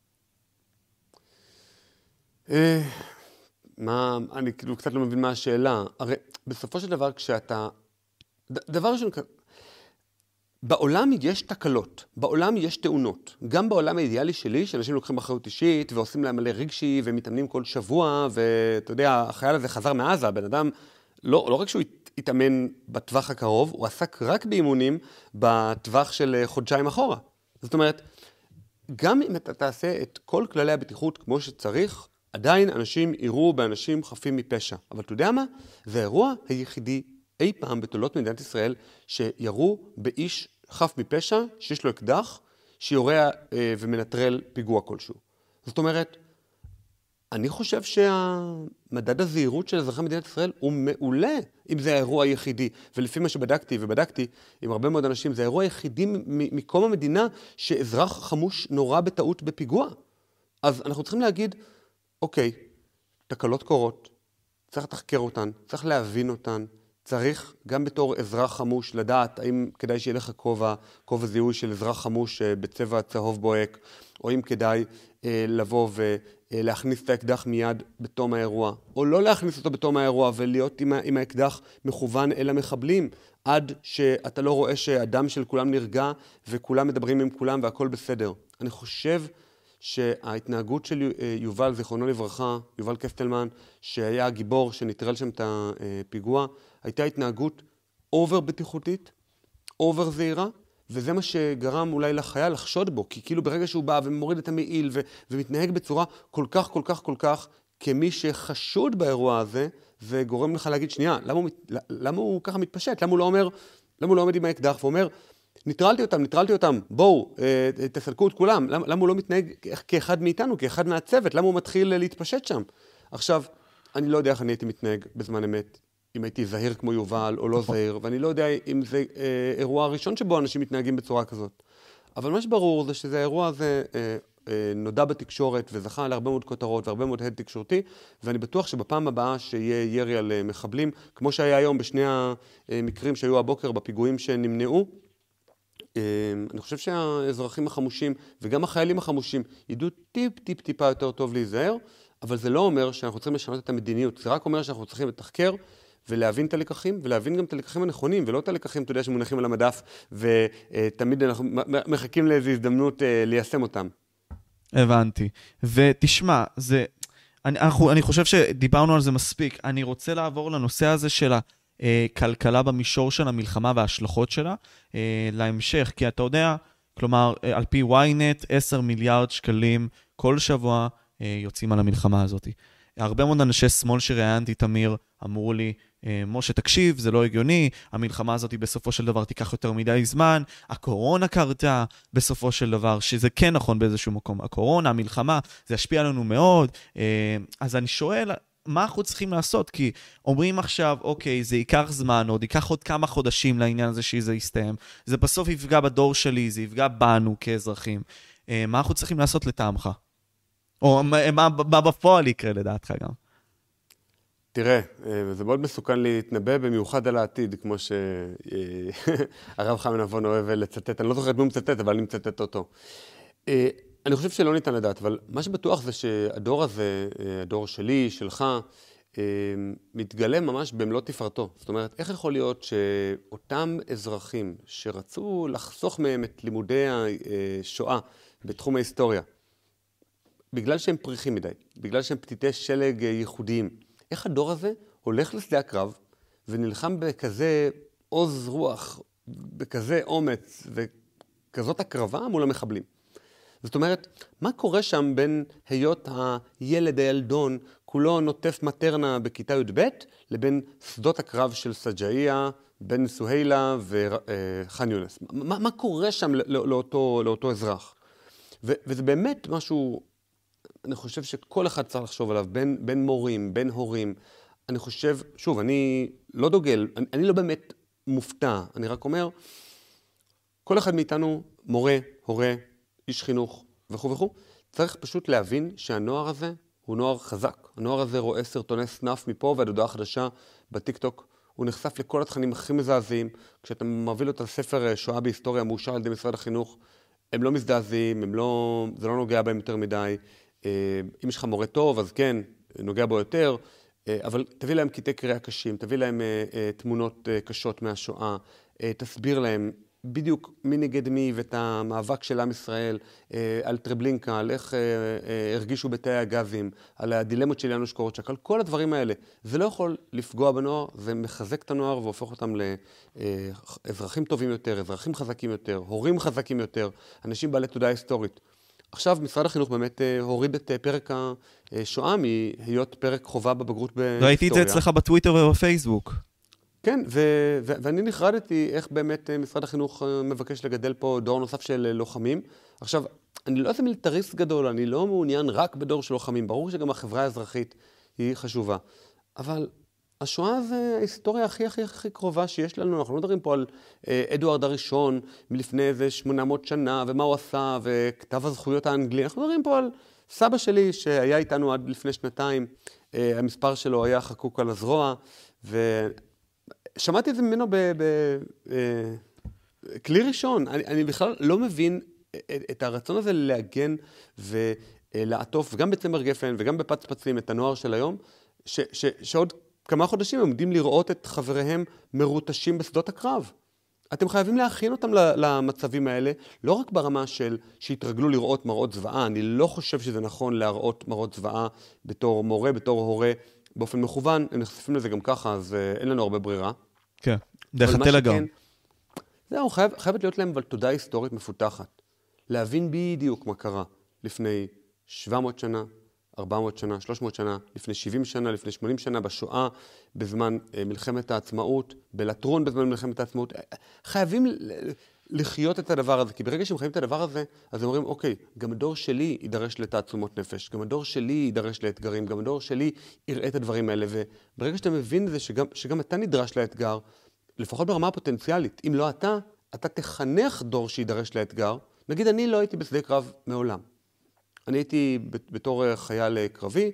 אה... מה, אני כאילו קצת לא מבין מה השאלה. הרי בסופו של דבר כשאתה, ד, דבר ראשון, בעולם יש תקלות, בעולם יש תאונות. גם בעולם האידיאלי שלי, שאנשים לוקחים אחריות אישית ועושים להם מלא רגשי ומתאמנים כל שבוע, ואתה יודע, החייל הזה חזר מעזה, הבן אדם, לא, לא רק שהוא התאמן בטווח הקרוב, הוא עסק רק באימונים בטווח של חודשיים אחורה. זאת אומרת, גם אם אתה תעשה את כל כללי הבטיחות כמו שצריך, עדיין אנשים יראו באנשים חפים מפשע. אבל אתה יודע מה? זה האירוע היחידי אי פעם בתולדות מדינת ישראל שיראו באיש חף מפשע, שיש לו אקדח, שיורה אה, ומנטרל פיגוע כלשהו. זאת אומרת, אני חושב שהמדד הזהירות של אזרחי מדינת ישראל הוא מעולה, אם זה האירוע היחידי. ולפי מה שבדקתי, ובדקתי עם הרבה מאוד אנשים, זה האירוע היחידי מקום המדינה שאזרח חמוש נורא בטעות בפיגוע. אז אנחנו צריכים להגיד, אוקיי, תקלות קורות, צריך לתחקר אותן, צריך להבין אותן, צריך גם בתור אזרח חמוש לדעת האם כדאי שיהיה לך כובע, כובע זיהוי של אזרח חמוש בצבע צהוב בוהק, או אם כדאי אה, לבוא להכניס את האקדח מיד בתום האירוע, או לא להכניס אותו בתום האירוע ולהיות עם, עם האקדח מכוון אל המחבלים, עד שאתה לא רואה שהדם של כולם נרגע וכולם מדברים עם כולם והכל בסדר. אני חושב שההתנהגות של יובל, זיכרונו לברכה, יובל קסטלמן, שהיה הגיבור שנטרל שם את הפיגוע, הייתה התנהגות אובר בטיחותית, אובר זהירה, וזה מה שגרם אולי לחייל לחשוד בו, כי כאילו ברגע שהוא בא ומוריד את המעיל ו- ומתנהג בצורה כל כך, כל כך, כל כך, כמי שחשוד באירוע הזה, זה גורם לך להגיד, שנייה, למה הוא, למה הוא ככה מתפשט? למה הוא לא אומר, למה הוא לא עומד עם האקדח ואומר, ניטרלתי אותם, ניטרלתי אותם, בואו, אה, תסלקו את כולם. למה, למה הוא לא מתנהג כאחד מאיתנו, כאחד מהצוות? למה הוא מתחיל להתפשט שם? עכשיו, אני לא יודע איך אני הייתי מתנהג בזמן אמת, אם הייתי זהיר כמו יובל או לא זהיר, ואני לא יודע אם זה אה, אירוע הראשון שבו אנשים מתנהגים בצורה כזאת. אבל מה שברור זה שזה האירוע הזה אה, אה, נודע בתקשורת וזכה להרבה מאוד כותרות והרבה מאוד הד תקשורתי, ואני בטוח שבפעם הבאה שיהיה ירי על אה, מחבלים, כמו שהיה היום בשני המקרים שהיו הבוקר בפיגועים שנמנעו, אה, אני חושב שהאזרחים החמושים וגם החיילים החמושים ידעו טיפ טיפ טיפה יותר טוב להיזהר, אבל זה לא אומר שאנחנו צריכים לשנות את המדיניות, זה רק אומר שאנחנו צריכים לתחקר ולהבין את הלקחים, ולהבין גם את הלקחים הנכונים, ולא את הלקחים, אתה יודע, שמונחים על המדף, ותמיד אנחנו מחכים לאיזו הזדמנות ליישם אותם. הבנתי. ותשמע, זה, אני, אנחנו, אני חושב שדיברנו על זה מספיק. אני רוצה לעבור לנושא הזה של הכלכלה במישור של המלחמה וההשלכות שלה, להמשך, כי אתה יודע, כלומר, על פי וויינט, עשרה מיליארד שקלים כל שבוע יוצאים על המלחמה הזאת. הרבה מאוד אנשי שמאל שראיינתי, תמיר, אמרו לי, משה, תקשיב, זה לא הגיוני, המלחמה הזאת בסופו של דבר תיקח יותר מדי זמן, הקורונה קרתה בסופו של דבר, שזה כן נכון באיזשהו מקום, הקורונה, המלחמה, זה ישפיע עלינו מאוד, אז אני שואל, מה אנחנו צריכים לעשות? כי אומרים עכשיו, אוקיי, זה ייקח זמן, עוד ייקח עוד כמה חודשים לעניין הזה שזה יסתיים, זה בסוף יפגע בדור שלי, זה יפגע בנו כאזרחים, מה אנחנו צריכים לעשות לטעמך? או מה, מה בפועל יקרה לדעתך גם? תראה, זה מאוד מסוכן להתנבא במיוחד על העתיד, כמו שהרב חיים נבון אוהב לצטט, אני לא זוכר את מי הוא מצטט, אבל אני מצטט אותו. אני חושב שלא ניתן לדעת, אבל מה שבטוח זה שהדור הזה, הדור שלי, שלך, מתגלה ממש במלוא תפארתו. זאת אומרת, איך יכול להיות שאותם אזרחים שרצו לחסוך מהם את לימודי השואה בתחום ההיסטוריה, בגלל שהם פריחים מדי, בגלל שהם פתיתי שלג ייחודיים, איך הדור הזה הולך לשדה הקרב ונלחם בכזה עוז רוח, בכזה אומץ וכזאת הקרבה מול המחבלים? זאת אומרת, מה קורה שם בין היות הילד הילדון, כולו נוטף מטרנה בכיתה י"ב, לבין שדות הקרב של סג'איה, בן סוהילה וח'אן יונס? מה, מה קורה שם לא, לאותו, לאותו אזרח? ו, וזה באמת משהו, אני חושב שכל אחד צריך לחשוב עליו, בין, בין מורים, בין הורים. אני חושב, שוב, אני לא דוגל, אני, אני לא באמת מופתע, אני רק אומר, כל אחד מאיתנו, מורה, הורה, איש חינוך וכו' וכו', צריך פשוט להבין שהנוער הזה הוא נוער חזק. הנוער הזה רואה סרטוני סנאפ מפה ועד הודעה חדשה בטיקטוק. הוא נחשף לכל התכנים הכי מזעזעים. כשאתה מביא לו את הספר שואה בהיסטוריה מאושר על ידי משרד החינוך, הם לא מזדעזעים, הם לא, זה לא נוגע בהם יותר מדי. אם יש לך מורה טוב, אז כן, נוגע בו יותר, אבל תביא להם קטעי קריאה קשים, תביא להם תמונות קשות מהשואה, תסביר להם בדיוק מי נגד מי ואת המאבק של עם ישראל, על טרבלינקה, על איך הרגישו בתאי הגזים, על הדילמות של יאנוש קורצ'אק, על כל הדברים האלה. זה לא יכול לפגוע בנוער, זה מחזק את הנוער והופך אותם לאזרחים טובים יותר, אזרחים חזקים יותר, הורים חזקים יותר, אנשים בעלי תודעה היסטורית. עכשיו משרד החינוך באמת הוריד את פרק השואה מהיות פרק חובה בבגרות בהיסטוריה. ראיתי את זה אצלך בטוויטר ובפייסבוק. כן, ו- ו- ואני נחרדתי איך באמת משרד החינוך מבקש לגדל פה דור נוסף של לוחמים. עכשיו, אני לא איזה מיליטריסט גדול, אני לא מעוניין רק בדור של לוחמים. ברור שגם החברה האזרחית היא חשובה. אבל השואה זה ההיסטוריה הכי הכי הכי קרובה שיש לנו. אנחנו לא מדברים פה על אה, אדוארד הראשון מלפני איזה שמונה מאות שנה, ומה הוא עשה, וכתב הזכויות האנגלי. אנחנו מדברים פה על סבא שלי שהיה איתנו עד לפני שנתיים. אה, המספר שלו היה חקוק על הזרוע, ושמעתי את זה ממנו בכלי ראשון. אני, אני בכלל לא מבין את, את הרצון הזה להגן, ו... לעטוף גם בצמר גפן וגם בפצפצים את הנוער של היום, ש, ש, שעוד כמה חודשים הם עומדים לראות את חבריהם מרוטשים בשדות הקרב. אתם חייבים להכין אותם למצבים האלה, לא רק ברמה של שהתרגלו לראות מראות זוועה, אני לא חושב שזה נכון להראות מראות זוועה בתור מורה, בתור הורה, באופן מכוון, הם נחשפים לזה גם ככה, אז אין לנו הרבה ברירה. כן, דרך הטלגרם. זהו, חייב, חייבת להיות להם אבל תודעה היסטורית מפותחת. להבין בדיוק מה קרה לפני שבע מאות שנה, ארבע מאות שנה, שלוש מאות שנה, לפני שבעים שנה, לפני שמונים שנה, בשואה, בזמן אה, מלחמת העצמאות, בלטרון בזמן מלחמת העצמאות. חייבים לחיות את הדבר הזה, כי ברגע שהם חיים את הדבר הזה, אז הם אומרים, אוקיי, גם הדור שלי יידרש לתעצומות נפש, גם הדור שלי יידרש לאתגרים, גם הדור שלי יראה את הדברים האלה, וברגע שאתה מבין זה שגם, שגם אתה נדרש לאתגר, לפחות ברמה הפוטנציאלית, אם לא אתה, אתה תחנך דור שידרש לאתגר. נגיד, אני לא הייתי בשדה קרב מעולם. אני הייתי בתור חייל קרבי,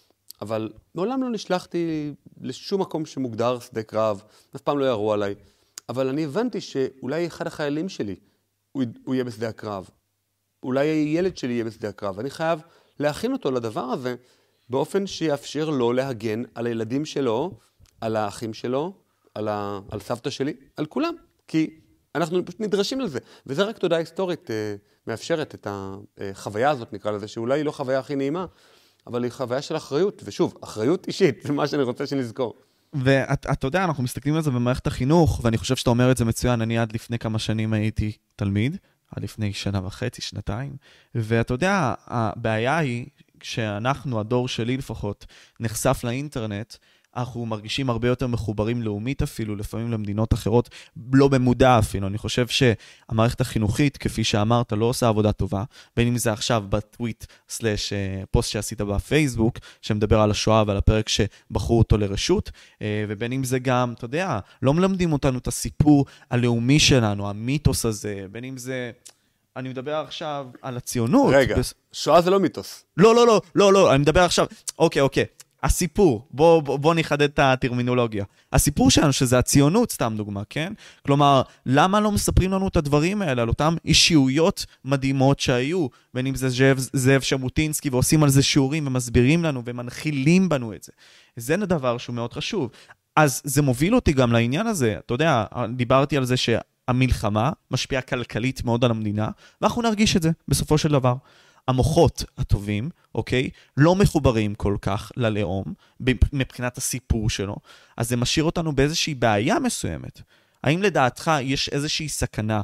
אבל מעולם לא נשלחתי לשום מקום שמוגדר שדה קרב, אף פעם לא יראו עליי. אבל אני הבנתי שאולי אחד החיילים שלי, הוא, הוא יהיה בשדה הקרב. אולי הילד שלי יהיה בשדה הקרב. אני חייב להכין אותו לדבר הזה, באופן שיאפשר לו להגן על הילדים שלו, על האחים שלו, על, ה, על סבתא שלי, על כולם. כי אנחנו פשוט נדרשים לזה. וזה רק תודעה היסטורית אה, מאפשרת את החוויה הזאת, נקרא לזה, שאולי היא לא חוויה הכי נעימה, אבל היא חוויה של אחריות. ושוב, אחריות אישית, זה מה שאני רוצה שנזכור. ואתה יודע, אנחנו מסתכלים על זה במערכת החינוך, ואני חושב שאתה אומר את זה מצוין, אני עד לפני כמה שנים הייתי תלמיד, עד לפני שנה וחצי, שנתיים, ואתה יודע, הבעיה היא, כשאנחנו, הדור שלי לפחות, נחשף לאינטרנט, אנחנו מרגישים הרבה יותר מחוברים לאומית אפילו, לפעמים למדינות אחרות, לא במודע אפילו. אני חושב שהמערכת החינוכית, כפי שאמרת, לא עושה עבודה טובה, בין אם זה עכשיו בטוויט סלש פוסט שעשית בפייסבוק, שמדבר על השואה ועל הפרק שבחרו אותו לרשות, ובין אם זה גם, אתה יודע, לא מלמדים אותנו את הסיפור הלאומי שלנו, המיתוס הזה, בין אם זה... אני מדבר עכשיו על הציונות. רגע, בס... שואה זה לא מיתוס. לא, לא, לא, לא, לא, אני מדבר עכשיו... אוקיי, אוקיי. הסיפור, בוא, בוא, בוא נחדד את הטרמינולוגיה. הסיפור שלנו שזה הציונות, סתם דוגמה, כן? כלומר, למה לא מספרים לנו את הדברים האלה, על אותם אישיויות מדהימות שהיו, בין אם זה זאב, זאב שמוטינסקי, ועושים על זה שיעורים ומסבירים לנו ומנחילים בנו את זה. זה דבר שהוא מאוד חשוב. אז זה מוביל אותי גם לעניין הזה. אתה יודע, דיברתי על זה שהמלחמה משפיעה כלכלית מאוד על המדינה, ואנחנו נרגיש את זה בסופו של דבר. המוחות הטובים, אוקיי, לא מחוברים כל כך ללאום, מבחינת הסיפור שלו, אז זה משאיר אותנו באיזושהי בעיה מסוימת. האם לדעתך יש איזושהי סכנה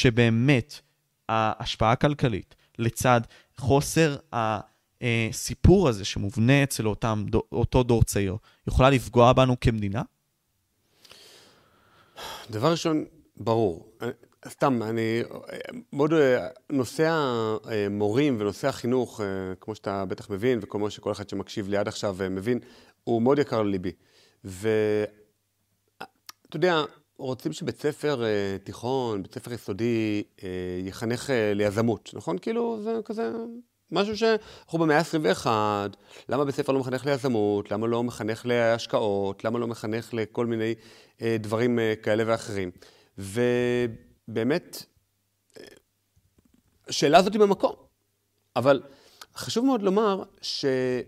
שבאמת ההשפעה הכלכלית, לצד חוסר הסיפור הזה שמובנה אצל אותם, אותו דור צעיר, יכולה לפגוע בנו כמדינה? דבר ראשון, ברור. סתם, אני, מאוד, נושא המורים ונושא החינוך, כמו שאתה בטח מבין, וכמו שכל אחד שמקשיב לי עד עכשיו מבין, הוא מאוד יקר לליבי. ואתה יודע, רוצים שבית ספר תיכון, בית ספר יסודי, יחנך ליזמות, נכון? כאילו, זה כזה משהו שאנחנו במאה ה-עשרים ואחת, למה בית ספר לא מחנך ליזמות, למה לא מחנך להשקעות, למה לא מחנך לכל מיני דברים כאלה ואחרים. ו... באמת, השאלה הזאת היא במקום. אבל חשוב מאוד לומר ש...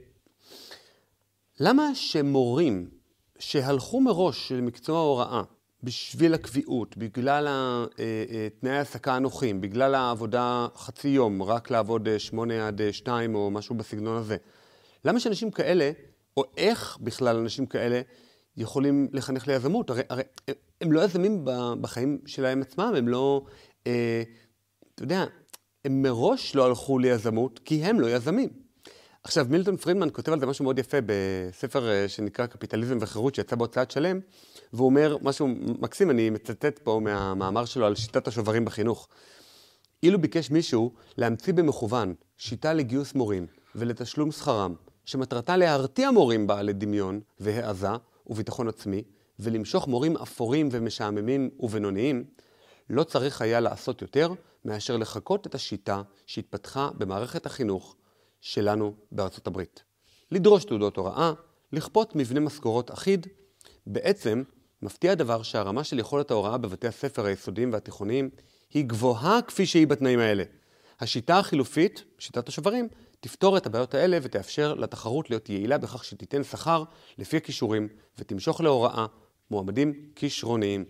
למה שמורים שהלכו מראש למקצוע ההוראה, בשביל הקביעות, בגלל תנאי העסקה הנוחים, בגלל העבודה חצי יום, רק לעבוד שמונה עד שתיים או משהו בסגנון הזה, למה שאנשים כאלה, או איך בכלל אנשים כאלה, יכולים לחנך ליזמות? הרי, הרי הם לא יזמים בחיים שלהם עצמם, הם לא, אה, אתה יודע, הם מראש לא הלכו ליזמות, כי הם לא יזמים. עכשיו, מילטון פרידמן כותב על זה משהו מאוד יפה בספר שנקרא קפיטליזם וחירות, שיצא בהוצאת שלם, והוא אומר משהו מקסים, אני מצטט פה מהמאמר שלו על שיטת השוברים בחינוך. אילו ביקש מישהו להמציא במכוון שיטה לגיוס מורים ולתשלום שכרם, שמטרתה להרתיע מורים בעלי דמיון והעזה וביטחון עצמי, ולמשוך מורים אפורים ומשעממים ובינוניים, לא צריך היה לעשות יותר מאשר לחכות את השיטה שהתפתחה במערכת החינוך שלנו בארצות הברית. לדרוש תעודות הוראה, לכפות מבנה משכורות אחיד. בעצם מפתיע הדבר שהרמה של יכולת ההוראה בבתי הספר היסודיים והתיכוניים היא גבוהה כפי שהיא בתנאים האלה. השיטה החילופית, שיטת השוברים, תפתור את הבעיות האלה ותאפשר לתחרות להיות יעילה בכך שתיתן שכר לפי הכישורים ותמשוך להוראה מועמדים כישרוניים.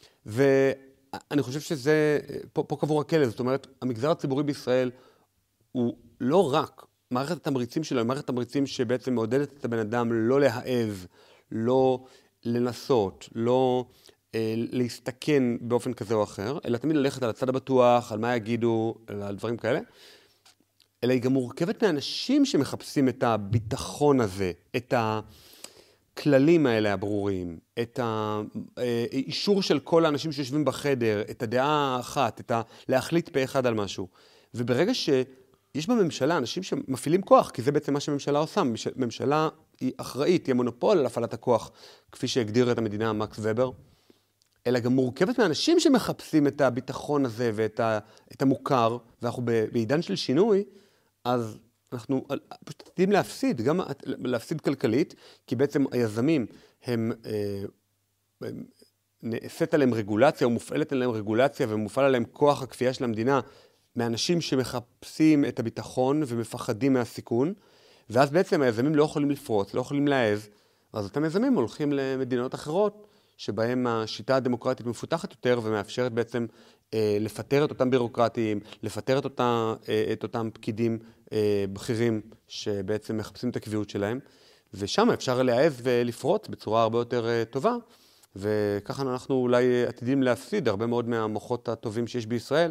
ואני חושב שזה, פה, פה קבור הכלב, זאת אומרת, המגזר הציבורי בישראל הוא לא רק מערכת התמריצים שלו, מערכת התמריצים שבעצם מעודדת את הבן אדם לא להעז, לא לנסות, לא אה, להסתכן באופן כזה או אחר, אלא תמיד ללכת על הצד הבטוח, על מה יגידו, על דברים כאלה, אלא היא גם מורכבת מאנשים שמחפשים את הביטחון הזה, את הכללים האלה הברורים, את האישור של כל האנשים שיושבים בחדר, את הדעה האחת, את ה... להחליט פה אחד על משהו. וברגע שיש בממשלה אנשים שמפעילים כוח, כי זה בעצם מה שהממשלה עושה, ממשלה היא אחראית, היא המונופול על הפעלת הכוח, כפי שהגדיר את המדינה מקס ובר, אלא גם מורכבת מאנשים שמחפשים את הביטחון הזה ואת ה... את המוכר, ואנחנו בעידן של שינוי, אז אנחנו פשוט עתידים להפסיד, גם להפסיד כלכלית, כי בעצם היזמים הם, הם נעשית עליהם רגולציה, או מופעלת עליהם רגולציה, ומופעל עליהם כוח הכפייה של המדינה, מאנשים שמחפשים את הביטחון ומפחדים מהסיכון, ואז בעצם היזמים לא יכולים לפרוץ, לא יכולים להעז, אז אותם יזמים הולכים למדינות אחרות, שבהם השיטה הדמוקרטית מפותחת יותר, ומאפשרת בעצם לפטר את אותם בירוקרטיים, לפטר את, אותה, את אותם פקידים בכירים שבעצם מחפשים את הקביעות שלהם, ושם אפשר להעז ולפרוץ בצורה הרבה יותר טובה, וככה אנחנו אולי עתידים להפסיד הרבה מאוד מהמוחות הטובים שיש בישראל,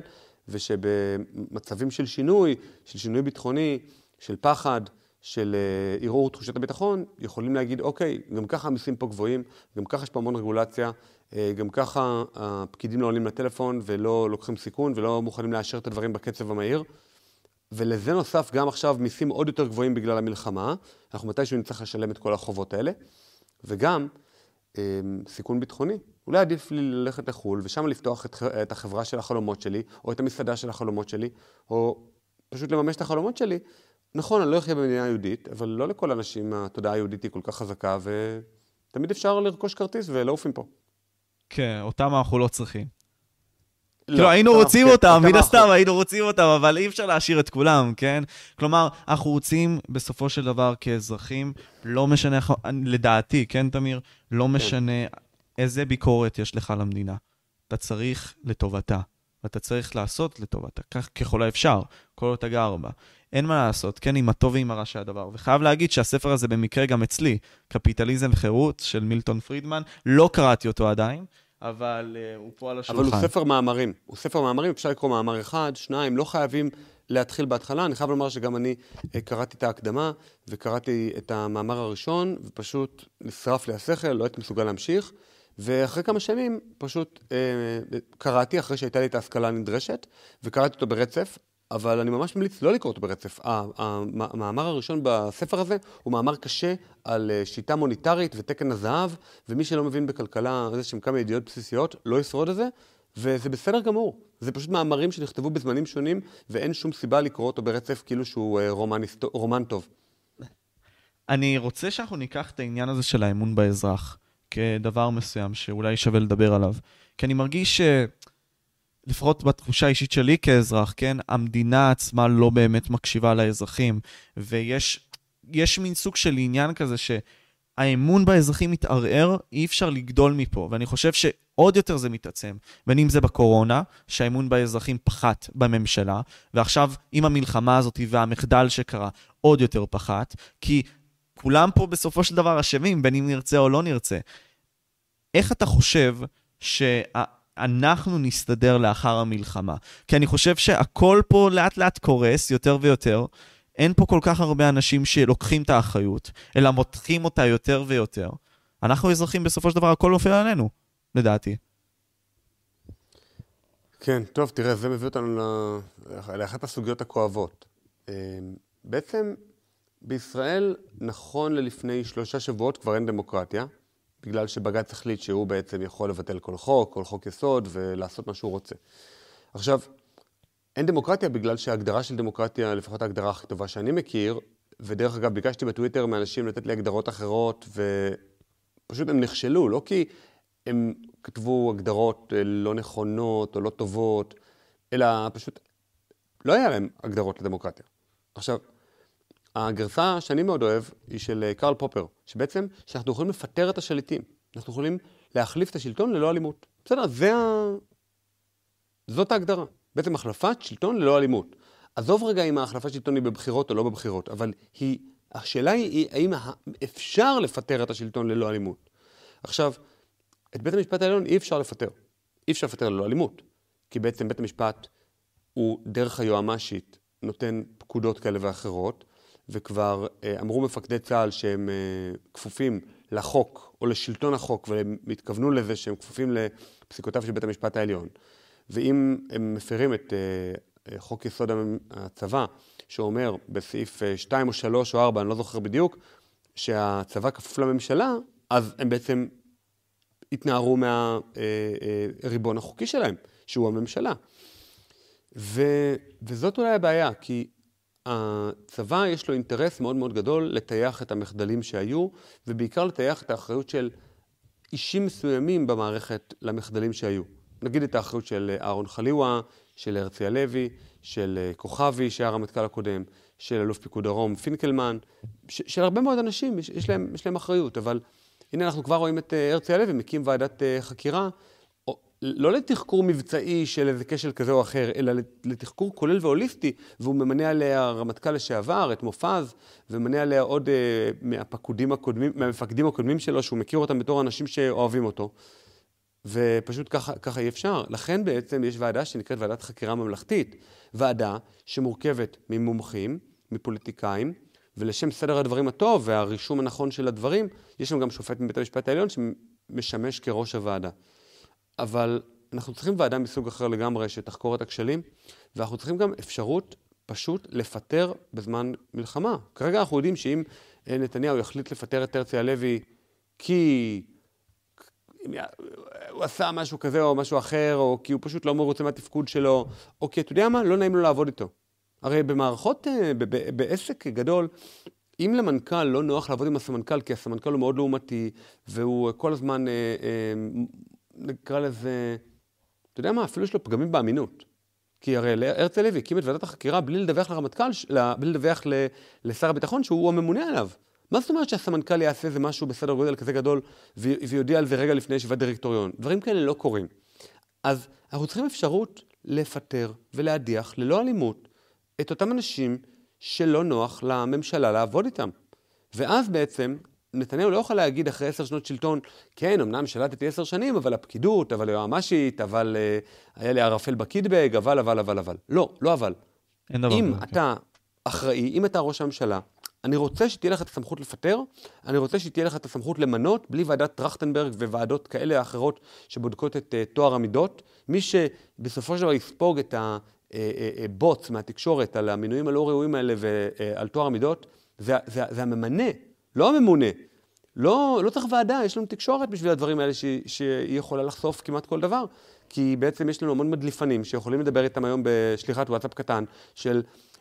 ושבמצבים של שינוי, של שינוי ביטחוני, של פחד, של ערעור תחושת הביטחון, יכולים להגיד, אוקיי, גם ככה המיסים פה גבוהים, גם ככה יש פה המון רגולציה, גם ככה הפקידים לא עולים לטלפון ולא לוקחים סיכון ולא מוכנים לאשר את הדברים בקצב המהיר. ולזה נוסף גם עכשיו מיסים עוד יותר גבוהים בגלל המלחמה, אנחנו מתישהו נצטרך לשלם את כל החובות האלה, וגם סיכון ביטחוני. אולי עדיף לי ללכת לחול ושם לפתוח את, את החברה של החלומות שלי, או את המסעדה של החלומות שלי, או פשוט לממש את החלומות שלי. נכון, אני לא אחיה במדינה יהודית, אבל לא לכל אנשים התודעה היהודית היא כל כך חזקה, ותמיד אפשר לרכוש כרטיס ולעופים פה. כן, אותם אנחנו לא צריכים. כאילו, היינו רוצים אותם, מן הסתם היינו רוצים אותם, אבל אי אפשר להשאיר את כולם, כן? כלומר, אנחנו רוצים בסופו של דבר כאזרחים, לא משנה, לדעתי, כן, תמיר? לא משנה איזה ביקורת יש לך למדינה. אתה צריך לטובתה, ואתה צריך לעשות לטובתה, כך ככל האפשר, כל אותה גר בה. אין מה לעשות, כן, עם הטוב ועם הרע של הדבר. וחייב להגיד שהספר הזה במקרה גם אצלי, קפיטליזם וחירות של מילטון פרידמן, לא קראתי אותו עדיין, אבל uh, הוא פה על השולחן. אבל הוא ספר מאמרים. הוא ספר מאמרים, אפשר לקרוא מאמר אחד, שניים, לא חייבים להתחיל בהתחלה. אני חייב לומר שגם אני uh, קראתי את ההקדמה, וקראתי את המאמר הראשון, ופשוט נשרף לי השכל, לא הייתי מסוגל להמשיך. ואחרי כמה שנים פשוט uh, קראתי, אחרי שהייתה לי את ההשכלה הנדרשת, וקראתי אותו ברצף, אבל אני ממש ממליץ לא לקרוא אותו ברצף. המאמר הראשון בספר הזה הוא מאמר קשה על שיטה מוניטרית ותקן הזהב, ומי שלא מבין בכלכלה, איזה שהם כמה ידיעות בסיסיות, לא ישרוד את זה, וזה בסדר גמור. זה פשוט מאמרים שנכתבו בזמנים שונים, ואין שום סיבה לקרוא אותו ברצף כאילו שהוא רומן, רומן טוב. אני רוצה שאנחנו ניקח את העניין הזה של האמון באזרח, כדבר מסוים שאולי שווה לדבר עליו. כי אני מרגיש ש... לפחות בתחושה האישית שלי כאזרח, כן, המדינה עצמה לא באמת מקשיבה לאזרחים, ויש יש מין סוג של עניין כזה שהאמון באזרחים מתערער, אי אפשר לגדול מפה, ואני חושב שעוד יותר זה מתעצם, בין אם זה בקורונה, שהאמון באזרחים פחת בממשלה, ועכשיו עם המלחמה הזאת והמחדל שקרה, עוד יותר פחת, כי כולם פה בסופו של דבר אשמים, בין אם נרצה או לא נרצה. איך אתה חושב שה... אנחנו נסתדר לאחר המלחמה. כי אני חושב שהכל פה לאט לאט קורס יותר ויותר. אין פה כל כך הרבה אנשים שלוקחים את האחריות, אלא מותחים אותה יותר ויותר. אנחנו אזרחים בסופו של דבר, הכל נופל עלינו, לדעתי. כן, טוב, תראה, זה מביא אותנו לאחת הסוגיות הכואבות. בעצם בישראל, נכון ללפני שלושה שבועות, כבר אין דמוקרטיה. בגלל שבג"ץ החליט שהוא בעצם יכול לבטל כל חוק, כל חוק יסוד, ולעשות מה שהוא רוצה. עכשיו, אין דמוקרטיה בגלל שההגדרה של דמוקרטיה, לפחות ההגדרה הכי טובה שאני מכיר, ודרך אגב, ביקשתי בטוויטר מאנשים לתת לי הגדרות אחרות, ופשוט הם נכשלו, לא כי הם כתבו הגדרות לא נכונות או לא טובות, אלא פשוט לא היה להם הגדרות לדמוקרטיה. עכשיו, הגרסה שאני מאוד אוהב היא של קרל פופר, שבעצם שאנחנו יכולים לפטר את השליטים. אנחנו יכולים להחליף את השלטון ללא אלימות. בסדר, זה ה... זאת ההגדרה. בעצם החלפת שלטון ללא אלימות. עזוב רגע אם ההחלפת שלטון היא בבחירות או לא בבחירות, אבל היא, השאלה היא האם אפשר לפטר את השלטון ללא אלימות. עכשיו, את בית המשפט העליון אי אפשר לפטר. אי אפשר לפטר ללא אלימות, כי בעצם בית המשפט הוא דרך היועמ"שית נותן פקודות כאלה ואחרות, וכבר אה, אמרו מפקדי צה"ל שהם אה, כפופים לחוק או לשלטון החוק, והם התכוונו לזה שהם כפופים לפסיקותיו של בית המשפט העליון. ואם הם מפרים את אה, חוק יסוד הצבא, שאומר בסעיף אה, שתיים או שלוש או ארבע, אני לא זוכר בדיוק, שהצבא כפוף לממשלה, אז הם בעצם התנערו מהריבון החוקי שלהם, שהוא הממשלה. ו, וזאת אולי הבעיה, כי הצבא יש לו אינטרס מאוד מאוד גדול לטייח את המחדלים שהיו, ובעיקר לטייח את האחריות של אישים מסוימים במערכת למחדלים שהיו. נגיד את האחריות של אהרון חליווה, של הרצי הלוי, של כוכבי, שהיה הרמטכ"ל הקודם, של אלוף פיקוד דרום פינקלמן, ש, של הרבה מאוד אנשים, יש, יש להם, יש להם אחריות, אבל הנה אנחנו כבר רואים את הרצי הלוי, מקים ועדת חקירה, לא לתחקור מבצעי של איזה כשל כזה או אחר, אלא לתחקור כולל והוליסטי, והוא ממנה עליה רמטכ"ל לשעבר, את מופז, וממנה עליה עוד אה, מהפקודים הקודמים, מהמפקדים הקודמים שלו, שהוא מכיר אותם בתור אנשים שאוהבים אותו. ופשוט ככה, ככה אי אפשר. לכן בעצם יש ועדה שנקראת ועדת חקירה ממלכתית, ועדה שמורכבת ממומחים, מפוליטיקאים, ולשם סדר הדברים הטוב והרישום הנכון של הדברים, יש שם גם שופט מבית המשפט העליון שמשמש כראש הוועדה. אבל אנחנו צריכים ועדה מסוג אחר לגמרי שתחקור את הכשלים, ואנחנו צריכים גם אפשרות פשוט לפטר בזמן מלחמה. כרגע אנחנו יודעים שאם נתניהו יחליט לפטר את הרצי הלוי כי הוא עשה משהו כזה או משהו אחר, או כי הוא פשוט לא מרוצה מהתפקוד שלו, או כי אתה יודע מה, לא נעים לו לעבוד איתו. הרי במערכות, בעסק גדול, אם למנכ"ל לא נוח לעבוד עם הסמנכ"ל, כי הסמנכ"ל הוא מאוד לעומתי, והוא כל הזמן, נקרא לזה, אתה יודע מה, אפילו יש לו פגמים באמינות. כי הרי הרצי הלוי הקים את ועדת החקירה בלי לדווח לרמטכ"ל, בלי לדווח לשר הביטחון שהוא הממונה עליו. מה זאת אומרת שהסמנכ"ל יעשה איזה משהו בסדר גודל כזה גדול, ויודיע על זה רגע לפני ישיבת דירקטוריון? דברים כאלה לא קורים. אז אנחנו צריכים אפשרות לפטר ולהדיח ללא אלימות את אותם אנשים שלא נוח לממשלה לעבוד איתם. ואז בעצם נתניהו לא יכול להגיד אחרי עשר שנות שלטון, כן, אמנם שלטתי עשר שנים, אבל הפקידות, אבל היועמ"שית, אבל uh, היה לי ערפל בקידבג, אבל, אבל, אבל, אבל. לא, לא אבל. אם אתה אחראי, אם אתה ראש הממשלה, אני רוצה שתהיה לך את הסמכות לפטר, אני רוצה שתהיה לך את הסמכות למנות, בלי ועדת טרכטנברג וועדות כאלה אחרות שבודקות את uh, תואר המידות. מי שבסופו של דבר יספוג את הבוץ מהתקשורת על המינויים הלא ראויים האלה ועל תואר המידות, זה, זה, זה הממנה, לא הממונה. לא, לא צריך ועדה, יש לנו תקשורת בשביל הדברים האלה ש, שהיא יכולה לחשוף כמעט כל דבר. כי בעצם יש לנו המון מדליפנים שיכולים לדבר איתם היום בשליחת וואטסאפ קטן של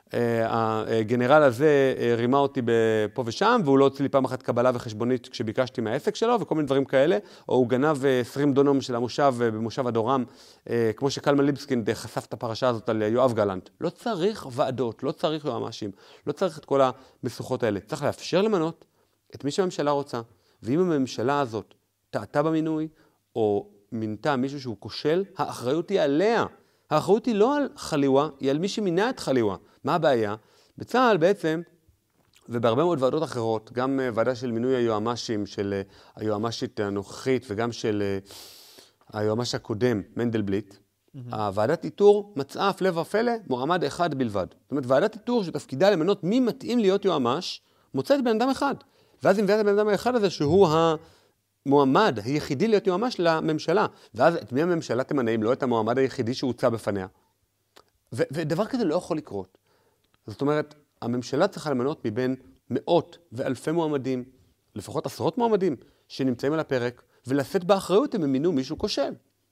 הגנרל הזה רימה אותי פה ושם, והוא לא הוציא לי פעם אחת קבלה וחשבונית כשביקשתי מהעסק שלו, וכל מיני דברים כאלה, או הוא גנב עשרים דונם של המושב במושב הדורם, כמו שקלמן ליבסקינד חשף את הפרשה הזאת על יואב גלנט. לא צריך ועדות, לא צריך יועמ"שים, לא צריך את כל המשוכות האלה. צריך לאפשר למנות את מי שהממשלה רוצה, ואם הממשלה הזאת טעתה במינוי, או מינתה מישהו שהוא כושל, האחריות היא עליה. האחריות היא לא על חליווה, היא על מי שמינה את חליווה. מה הבעיה? בצה"ל בעצם, ובהרבה מאוד ועדות אחרות, גם ועדה של מינוי היועמ"שים, של היועמ"שית הנוכחית, וגם של היועמ"ש הקודם, מנדלבליט, mm-hmm. הוועדת איתור מצאה הפלא ופלא מועמד אחד בלבד. זאת אומרת, ועדת איתור שתפקידה למנות מי מתאים להיות יועמ"ש, מוצאת בן אדם אחד. ואז היא מביאה את הבן אדם האחד הזה, שהוא המועמד היחידי להיות יועמ"ש לממשלה. ואז את מי הממשלה תמנה אם לא את המועמד היחידי שהוצא בפניה? ו- ודבר כזה לא יכול לקרות. זאת אומרת, הממשלה צריכה למנות מבין מאות ואלפי מועמדים, לפחות עשרות מועמדים, שנמצאים על הפרק, ולשאת באחריות הם מינו מישהו כושל.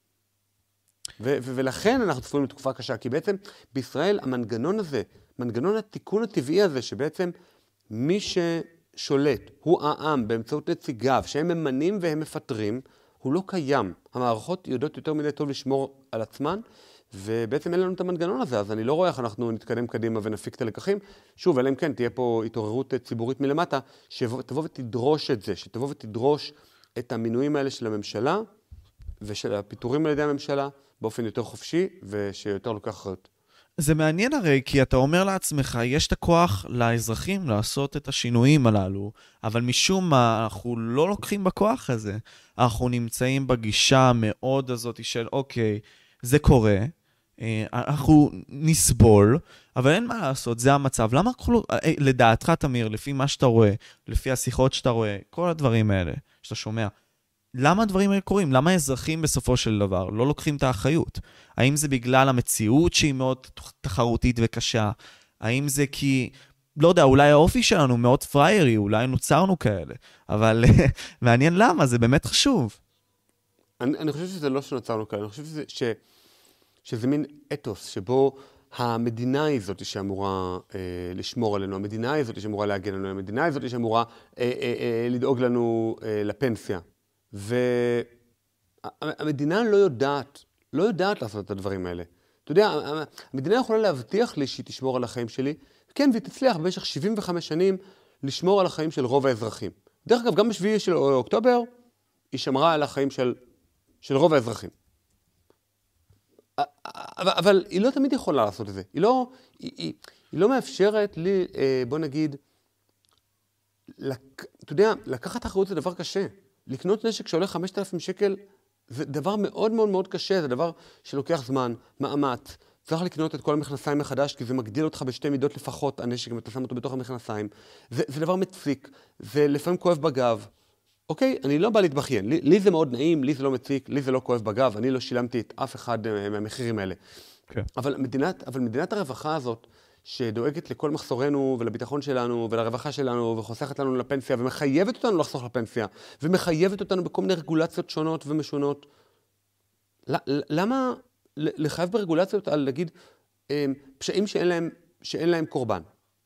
ו- ו- ולכן אנחנו צפויים לתקופה קשה, כי בעצם בישראל המנגנון הזה, מנגנון התיקון הטבעי הזה, שבעצם מי ששולט הוא העם באמצעות נציגיו, שהם ממנים והם מפטרים, הוא לא קיים. המערכות יודעות יותר מדי טוב לשמור על עצמן, ובעצם אין לנו את המנגנון הזה, אז אני לא רואה איך אנחנו נתקדם קדימה ונפיק את הלקחים. שוב, אלא אם כן, תהיה פה התעוררות ציבורית מלמטה, שתבוא ותדרוש את זה, שתבוא ותדרוש את המינויים האלה של הממשלה, ושל הפיטורים על ידי הממשלה, באופן יותר חופשי, ושיותר לוקח אחריות. זה מעניין הרי, כי אתה אומר לעצמך, יש את הכוח לאזרחים לעשות את השינויים הללו, אבל משום מה אנחנו לא לוקחים בכוח הזה. אנחנו נמצאים בגישה מאוד הזאת של, אוקיי, זה קורה, אנחנו נסבול, אבל אין מה לעשות, זה המצב. למה אנחנו, לדעתך תמיר, לפי מה שאתה רואה, לפי השיחות שאתה רואה, כל הדברים האלה שאתה שומע, למה הדברים האלה קורים? למה האזרחים בסופו של דבר לא לוקחים את האחריות? האם זה בגלל המציאות שהיא מאוד תחרותית וקשה? האם זה כי, לא יודע, אולי האופי שלנו מאוד פריירי, אולי נוצרנו כאלה, אבל מעניין למה, זה באמת חשוב. אני, אני חושב שזה לא שנוצרנו כאלה, אני חושב שזה, ש, שזה מין אתוס שבו המדינה היא זאת שאמורה אה, לשמור עלינו, המדינה היא זאת שאמורה להגן עלינו, המדינה היא זאת שאמורה אה, אה, אה, לדאוג לנו אה, לפנסיה. והמדינה לא יודעת, לא יודעת לעשות את הדברים האלה. אתה יודע, המדינה יכולה להבטיח לי שהיא תשמור על החיים שלי, כן, והיא תצליח במשך שבעים וחמש שנים לשמור על החיים של רוב האזרחים. דרך אגב, גם בשביעי של אוקטובר, היא שמרה על החיים של, של רוב האזרחים. אבל, אבל היא לא תמיד יכולה לעשות את זה. היא לא, היא, היא, היא לא מאפשרת לי, בוא נגיד, לק, אתה יודע, לקחת אחריות זה דבר קשה. לקנות נשק שעולה חמשת אלפים שקל, זה דבר מאוד מאוד מאוד קשה, זה דבר שלוקח זמן, מאמץ. צריך לקנות את כל המכנסיים מחדש, כי זה מגדיל אותך בשתי מידות לפחות, הנשק, אם אתה שם אותו בתוך המכנסיים. זה, זה דבר מציק, זה לפעמים כואב בגב. אוקיי, אני לא בא להתבכיין, לי, לי זה מאוד נעים, לי זה לא מציק, לי זה לא כואב בגב, אני לא שילמתי את אף אחד מהמחירים האלה. Okay. אבל מדינת, אבל מדינת הרווחה הזאת, שדואגת לכל מחסורנו ולביטחון שלנו ולרווחה שלנו וחוסכת לנו לפנסיה ומחייבת אותנו לחסוך לפנסיה ומחייבת אותנו בכל מיני רגולציות שונות ומשונות. למה לחייב ברגולציות על, להגיד, פשעים שאין להם, שאין להם קורבן?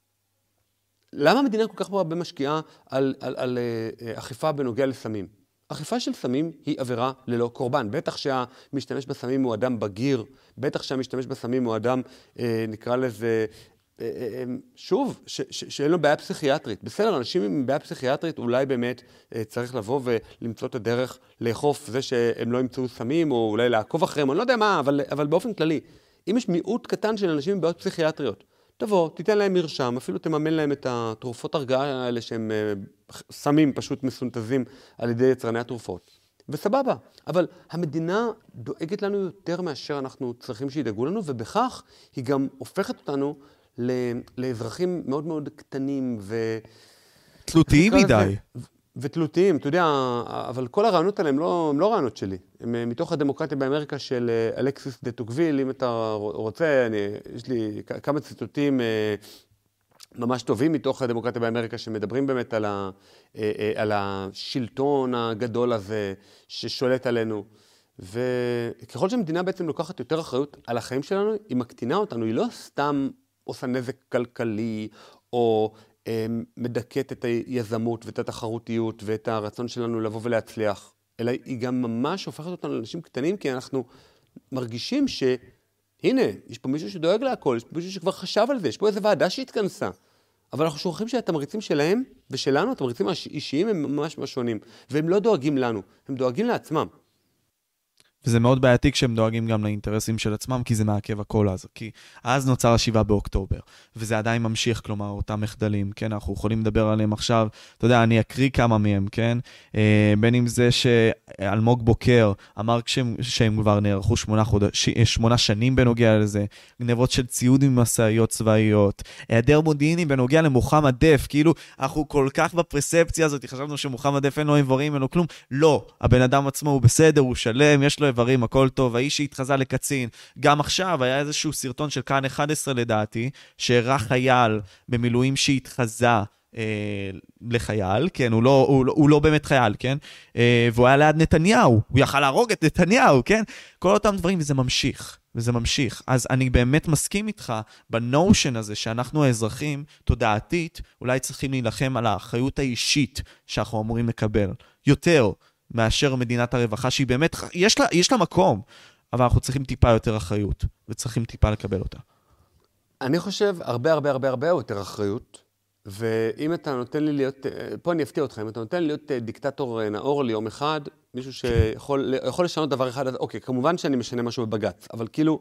למה המדינה כל כך הרבה משקיעה על, על, על אכיפה בנוגע לסמים? אכיפה של סמים היא עבירה ללא קורבן. בטח שהמשתמש בסמים הוא אדם בגיר, בטח שהמשתמש בסמים הוא אדם, אה, נקרא לזה, אה, אה, שוב, ש, ש, שאין לו בעיה פסיכיאטרית. בסדר, אנשים עם בעיה פסיכיאטרית אולי באמת אה, צריך לבוא ולמצוא את הדרך לאכוף זה שהם לא ימצאו סמים, או אולי לעקוב אחריהם, אני לא יודע מה, אבל, אבל באופן כללי, אם יש מיעוט קטן של אנשים עם בעיות פסיכיאטריות, תבוא, תיתן להם מרשם, אפילו תממן להם את התרופות הרגעה האלה שהם סמים פשוט מסונטזים על ידי יצרני התרופות. וסבבה, אבל המדינה דואגת לנו יותר מאשר אנחנו צריכים שידאגו לנו, ובכך היא גם הופכת אותנו לאזרחים מאוד מאוד קטנים ו... תלותיים מדי. ותלותיים, אתה יודע, אבל כל הרעיונות האלה הם לא, הם לא רעיונות שלי. הם מתוך הדמוקרטיה באמריקה של אלכסיס דה טוקוויל, אם אתה רוצה, אני, יש לי כמה ציטוטים ממש טובים מתוך הדמוקרטיה באמריקה, שמדברים באמת על, ה, על השלטון הגדול הזה ששולט עלינו. וככל שהמדינה בעצם לוקחת יותר אחריות על החיים שלנו, היא מקטינה אותנו, היא לא סתם עושה נזק כלכלי, או מדכאת את היזמות ואת התחרותיות ואת הרצון שלנו לבוא ולהצליח, אלא היא גם ממש הופכת אותנו לאנשים קטנים, כי אנחנו מרגישים שהנה, יש פה מישהו שדואג להכל, יש פה מישהו שכבר חשב על זה, יש פה איזו ועדה שהתכנסה. אבל אנחנו שוכחים שהתמריצים שלהם ושלנו, התמריצים האישיים הם ממש ממש שונים, והם לא דואגים לנו, הם דואגים לעצמם. וזה מאוד בעייתי כשהם דואגים גם לאינטרסים של עצמם, כי זה מעכב הכל אז. כי אז נוצר השבעה באוקטובר, וזה עדיין ממשיך, כלומר, אותם מחדלים, כן? אנחנו יכולים לדבר עליהם עכשיו, אתה יודע, אני אקריא כמה מהם, כן? אה, בין אם זה שאלמוג בוקר אמר כשהם, שהם כבר נערכו שמונה, חודש, שמונה שנים בנוגע לזה, גנבות של ציוד ממסעיות צבאיות, היעדר מודיעיני בנוגע למוחמד דף, כאילו, אנחנו כל כך בפרספציה הזאת, חשבנו שמוחמד דף אין לו איברים, אין לו כלום. לא, הבן אדם עצמו הוא בסדר, הוא שלם, יש לו איברים, הכל טוב, האיש שהתחזה לקצין. גם עכשיו היה איזשהו סרטון של כאן אחת עשרה לדעתי, שהראה חייל במילואים שהתחזה אה, לחייל, כן, הוא לא, הוא, הוא לא באמת חייל, כן, אה, והוא היה ליד נתניהו, הוא יכל להרוג את נתניהו, כן, כל אותם דברים, וזה ממשיך, וזה ממשיך. אז אני באמת מסכים איתך בנושן הזה, שאנחנו האזרחים, תודעתית, אולי צריכים להילחם על האחריות האישית, שאנחנו אמורים לקבל, יותר, מאשר מדינת הרווחה, שהיא באמת, יש לה, יש לה מקום, אבל אנחנו צריכים טיפה יותר אחריות, וצריכים טיפה לקבל אותה. אני חושב הרבה הרבה הרבה הרבה יותר אחריות, ואם אתה נותן לי להיות, פה אני אפתיע אותך, אם אתה נותן לי להיות דיקטטור נאור ליום אחד, מישהו שיכול יכול לשנות דבר אחד, אז אוקיי, כמובן שאני משנה משהו בבגץ, אבל כאילו,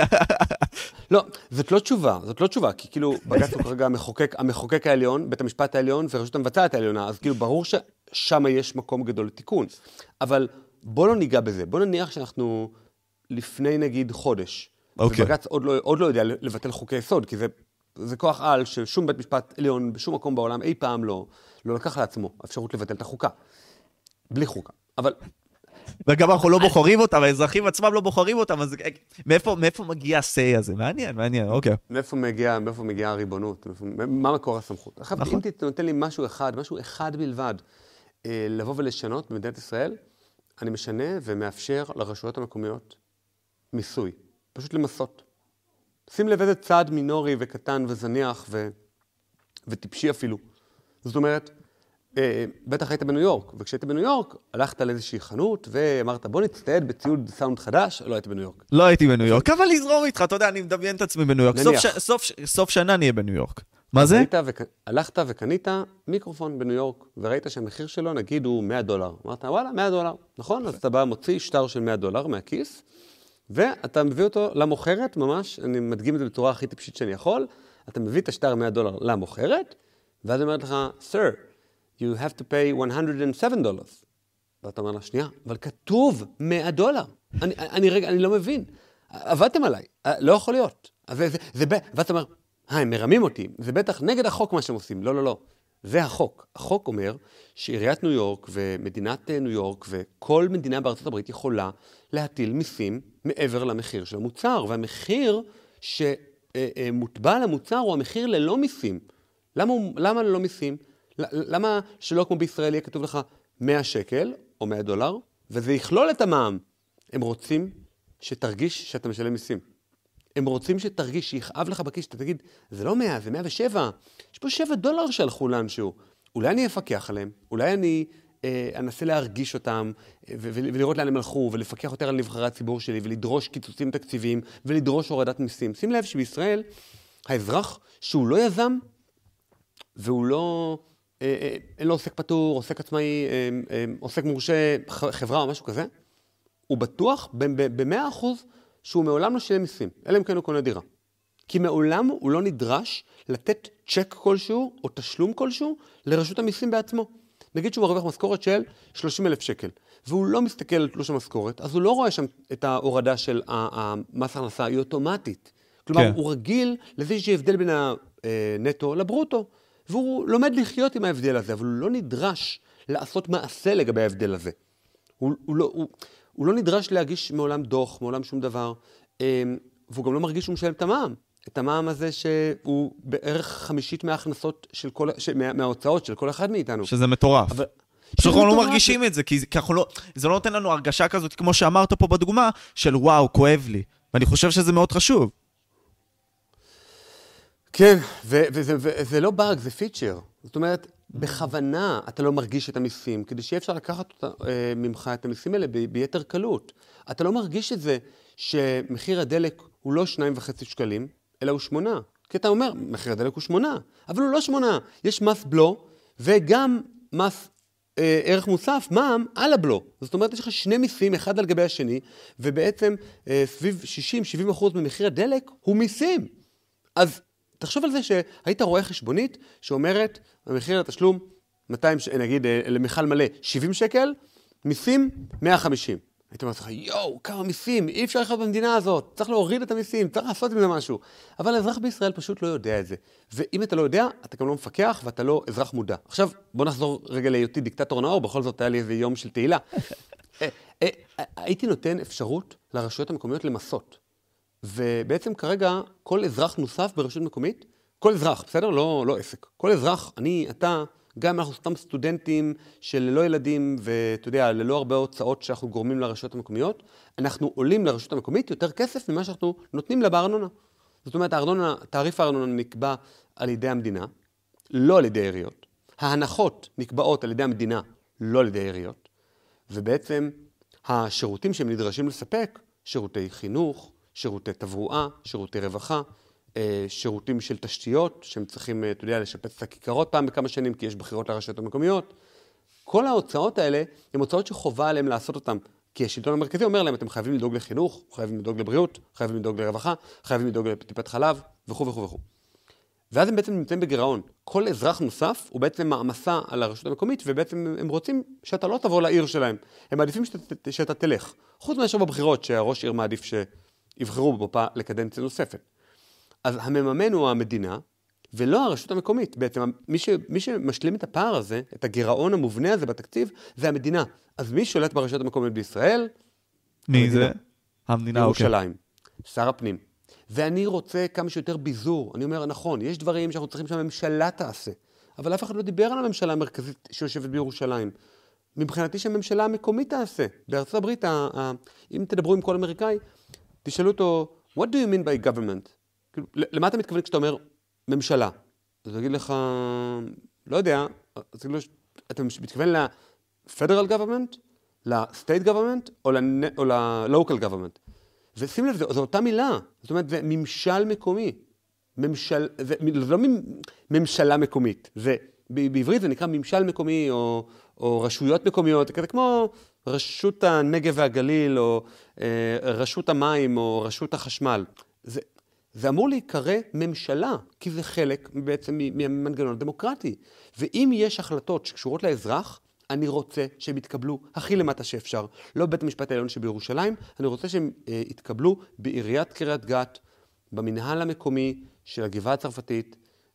לא, זאת לא תשובה, זאת לא תשובה, כי כאילו בגץ הוא כרגע המחוקק, המחוקק העליון, בית המשפט העליון ורשות המבצעת העליונה, אז כאילו ברור ששם יש מקום גדול לתיקון, אבל בוא לא ניגע בזה, בוא נניח שאנחנו לפני נגיד חודש, אוקיי. ובגץ עוד לא, עוד לא יודע לבטל חוקי יסוד, כי זה, זה כוח על ששום בית משפט עליון בשום מקום בעולם אי פעם לא, לא לקח לעצמו אפשרות לבטל את החוקה, בלי חוקה. אבל... וגם אנחנו לא בוחרים אותם, האזרחים עצמם לא בוחרים אותם, אז מאיפה, מאיפה מגיע ה-say הזה? מעניין, מעניין, אוקיי. מאיפה מגיע, מאיפה מגיעה הריבונות? מאיפה, מה מקור הסמכות? עכשיו, אם תנותן לי משהו אחד, משהו אחד בלבד, לבוא ולשנות במדינת ישראל, אני משנה ומאפשר לרשויות המקומיות מיסוי. פשוט למסות. שים לב איזה צעד מינורי וקטן וזניח ו... וטיפשי אפילו. זאת אומרת, אה, בטח היית בניו יורק, וכשהיית בניו יורק, הלכת לאיזושהי חנות ואמרת, בוא נצטעד בציוד סאונד חדש, לא היית בניו יורק. לא הייתי בניו יורק, אבל לזרום איתך, אתה יודע, אני מדמיין את עצמי בניו יורק. סוף, ש... סוף, סוף שנה נהיה בניו יורק. מה זה? וק... הלכת וקנית מיקרופון בניו יורק, וראית שהמחיר שלו, נגיד, הוא מאה דולר. אמרת, וואלה, מאה דולר. נכון? אז אתה בא, מוציא שטר של מאה דולר מהכיס, ואתה מביא אותו למוכרת, ממש, אני מדגים את זה בצורה הכי טיפשית שאני יכול, אתה מביא את השטר מאה דולר למוכרת, ואז אומרת לך, Sir, you have to pay one hundred seven dollars. ואתה אומר לה, שנייה, אבל כתוב מאה דולר. אני, אני רגע, אני לא מבין. עבדתם עליי, לא יכול להיות. אז זה, זה, זה, ואתה אומר, הם מרמים אותי, זה בטח נגד החוק מה שהם עושים. לא, לא, לא. זה החוק. החוק אומר שעיריית ניו יורק ומדינת ניו יורק וכל מדינה בארצות הברית יכולה להטיל מיסים מעבר למחיר של המוצר, והמחיר שמוטבע למוצר הוא המחיר ללא מיסים. למה, למה ללא מיסים? למה שלא כמו בישראל יהיה כתוב לך מאה שקל או מאה דולר, וזה יכלול את המע"מ? הם רוצים שתרגיש שאתה משלם מיסים. הם רוצים שתרגיש, שיכאב לך בכיס, שאתה תגיד, זה לא מאה, זה מאה ושבע. יש פה שבע דולר שהלכו לאנשהו. אולי אני אפקח עליהם, אולי אני אה, אנסה להרגיש אותם, ו- ו- ולראות לאן הם הלכו, ולפקח יותר על נבחרי הציבור שלי, ולדרוש קיצוצים תקציביים, ולדרוש הורדת מיסים. שים לב שבישראל, האזרח שהוא לא יזם, והוא לא, אה, אה, אין לו עוסק פטור, עוסק עצמאי, אה, אה, עוסק מורשה, חברה או משהו כזה, הוא בטוח ב-מאה אחוז שהוא מעולם לא שילם מיסים, אלא אם כן הוא קונה דירה. כי מעולם הוא לא נדרש לתת צ'ק כלשהו או תשלום כלשהו לרשות המיסים בעצמו. נגיד שהוא מרוויח משכורת של שלושים אלף שקל, והוא לא מסתכל על תלוש המשכורת, אז הוא לא רואה שם את ההורדה של המס הכנסה, היא אוטומטית. כלומר, כן. הוא רגיל לזה שיש הבדל בין הנטו לברוטו, והוא לומד לחיות עם ההבדל הזה, אבל הוא לא נדרש לעשות מעשה לגבי ההבדל הזה. הוא, הוא, לא, הוא, הוא לא נדרש להגיש מעולם דוח, מעולם שום דבר, והוא גם לא מרגיש שהוא משלם את המע"מ. את המע"מ הזה שהוא בערך חמישית מההכנסות של כל, מה, מההוצאות של כל אחד מאיתנו. שזה מטורף. אבל... פשוט אנחנו לא מרגישים את זה, כי לא, זה לא נותן לנו הרגשה כזאת, כמו שאמרת פה בדוגמה, של וואו, כואב לי. ואני חושב שזה מאוד חשוב. כן, וזה, וזה לא באג, זה פיצ'ר. זאת אומרת, בכוונה אתה לא מרגיש את המיסים, כדי שיהיה אפשר לקחת אותה, אה, ממך את המיסים האלה ב- ביתר קלות. אתה לא מרגיש את זה שמחיר הדלק הוא לא שניים וחצי שקלים, אלא הוא שמונה. כי אתה אומר, מחיר הדלק הוא שמונה, אבל הוא לא שמונה. יש מס בלו וגם מס אה, ערך מוסף, מע"מ על הבלו. זאת אומרת, יש לך שני מיסים, אחד על גבי השני, ובעצם אה, סביב שישים עד שבעים אחוז ממחיר הדלק הוא מיסים. אז תחשוב על זה שהיית רואה חשבונית שאומרת, המחיר התשלום, מאתיים, נגיד, למחל מלא, שבעים שקל, מיסים, מאה וחמישים. היית אומר לך, יואו, כמה מיסים, אי אפשר לחיות במדינה הזאת, צריך להוריד את המיסים, צריך לעשות עם זה משהו. אבל האזרח בישראל פשוט לא יודע את זה. ואם אתה לא יודע, אתה גם לא מפקח ואתה לא אזרח מודע. עכשיו, בוא נחזור רגע להיותי דיקטטור נאור, בכל זאת היה לי איזה יום של תהילה. הייתי נותן אפשרות לרשויות המקומיות למסות. ובעצם כרגע כל אזרח נוסף ברשות מקומית, כל אזרח, בסדר? לא, לא עסק. כל אזרח, אני, אתה, גם אנחנו סתם סטודנטים של ללא ילדים, ואתה יודע, ללא הרבה הוצאות שאנחנו גורמים לרשויות המקומיות, אנחנו עולים לרשות המקומית יותר כסף ממה שאנחנו נותנים לה בארנונה. זאת אומרת, הארנונה, תעריף הארנונה נקבע על ידי המדינה, לא על ידי העיריות. ההנחות נקבעות על ידי המדינה, לא על ידי העיריות. ובעצם השירותים שהם נדרשים לספק, שירותי חינוך, שירותי תברואה, שירותי רווחה, שירותים של תשתיות, שהם צריכים, אתה יודע, לשפץ את הכיכרות פעם בכמה שנים, כי יש בחירות לרשויות המקומיות. כל ההוצאות האלה הן הוצאות שחובה עליהם לעשות אותן, כי השלטון המרכזי אומר להם, אתם חייבים לדאוג לחינוך, חייבים לדאוג לבריאות, חייבים לדאוג לרווחה, חייבים לדאוג לטיפת חלב, וכו' וכו' וכו'. ואז הם בעצם נמצאים בגירעון. כל אזרח נוסף הוא בעצם מעמסה על הרשות המקומית, ובעצם הם רוצים שאתה לא תבוא לעיר שלהם. הם מעדיפים שאתה, שאתה תלך. חוץ מאשר בבחירות, שהראש עיר מעדיף שיבחרו בו לקדנציה נוספת. אז המממן הוא המדינה, ולא הרשות המקומית. בעצם מי, ש, מי שמשלים את הפער הזה, את הגירעון המובנה הזה בתקציב, זה המדינה. אז מי שולט ברשויות המקומית בישראל? מי המדינה. זה? המדינה, אוקיי. ירושלים, שר הפנים. ואני רוצה כמה שיותר ביזור. אני אומר, נכון, יש דברים שאנחנו צריכים שהממשלה תעשה, אבל אף אחד לא דיבר על הממשלה המרכזית שיושבת בירושלים. מבחינתי שהממשלה המקומית תעשה. בארצות הברית, ה- ה- אם תדברו עם כל אמריקאי, תשאלו אותו, what do you mean by government? כאילו, למה אתה מתכוון כשאתה אומר ממשלה? אז הוא יגיד לך, לא יודע, אז כאילו, אתה מתכוון ל-federal government, ל-state government, או ל-local government. ושים לב, זו אותה מילה. זאת אומרת, זה ממשל מקומי. ממשל, זה, זה לא ממשלה מקומית. זה, בעברית זה נקרא ממשל מקומי, או, או רשויות מקומיות, כזה כמו רשות הנגב והגליל, או אה, רשות המים, או רשות החשמל. זה, זה אמור להיקרא ממשלה, כי זה חלק בעצם ממנגנון הדמוקרטי. ואם יש החלטות שקשורות לאזרח, אני רוצה שהם יתקבלו הכי למטה שאפשר. לא בית המשפט העליון שבירושלים, אני רוצה שהם אה, יתקבלו בעיריית קריית גת, במנהל המקומי של הגבעה הצרפתית,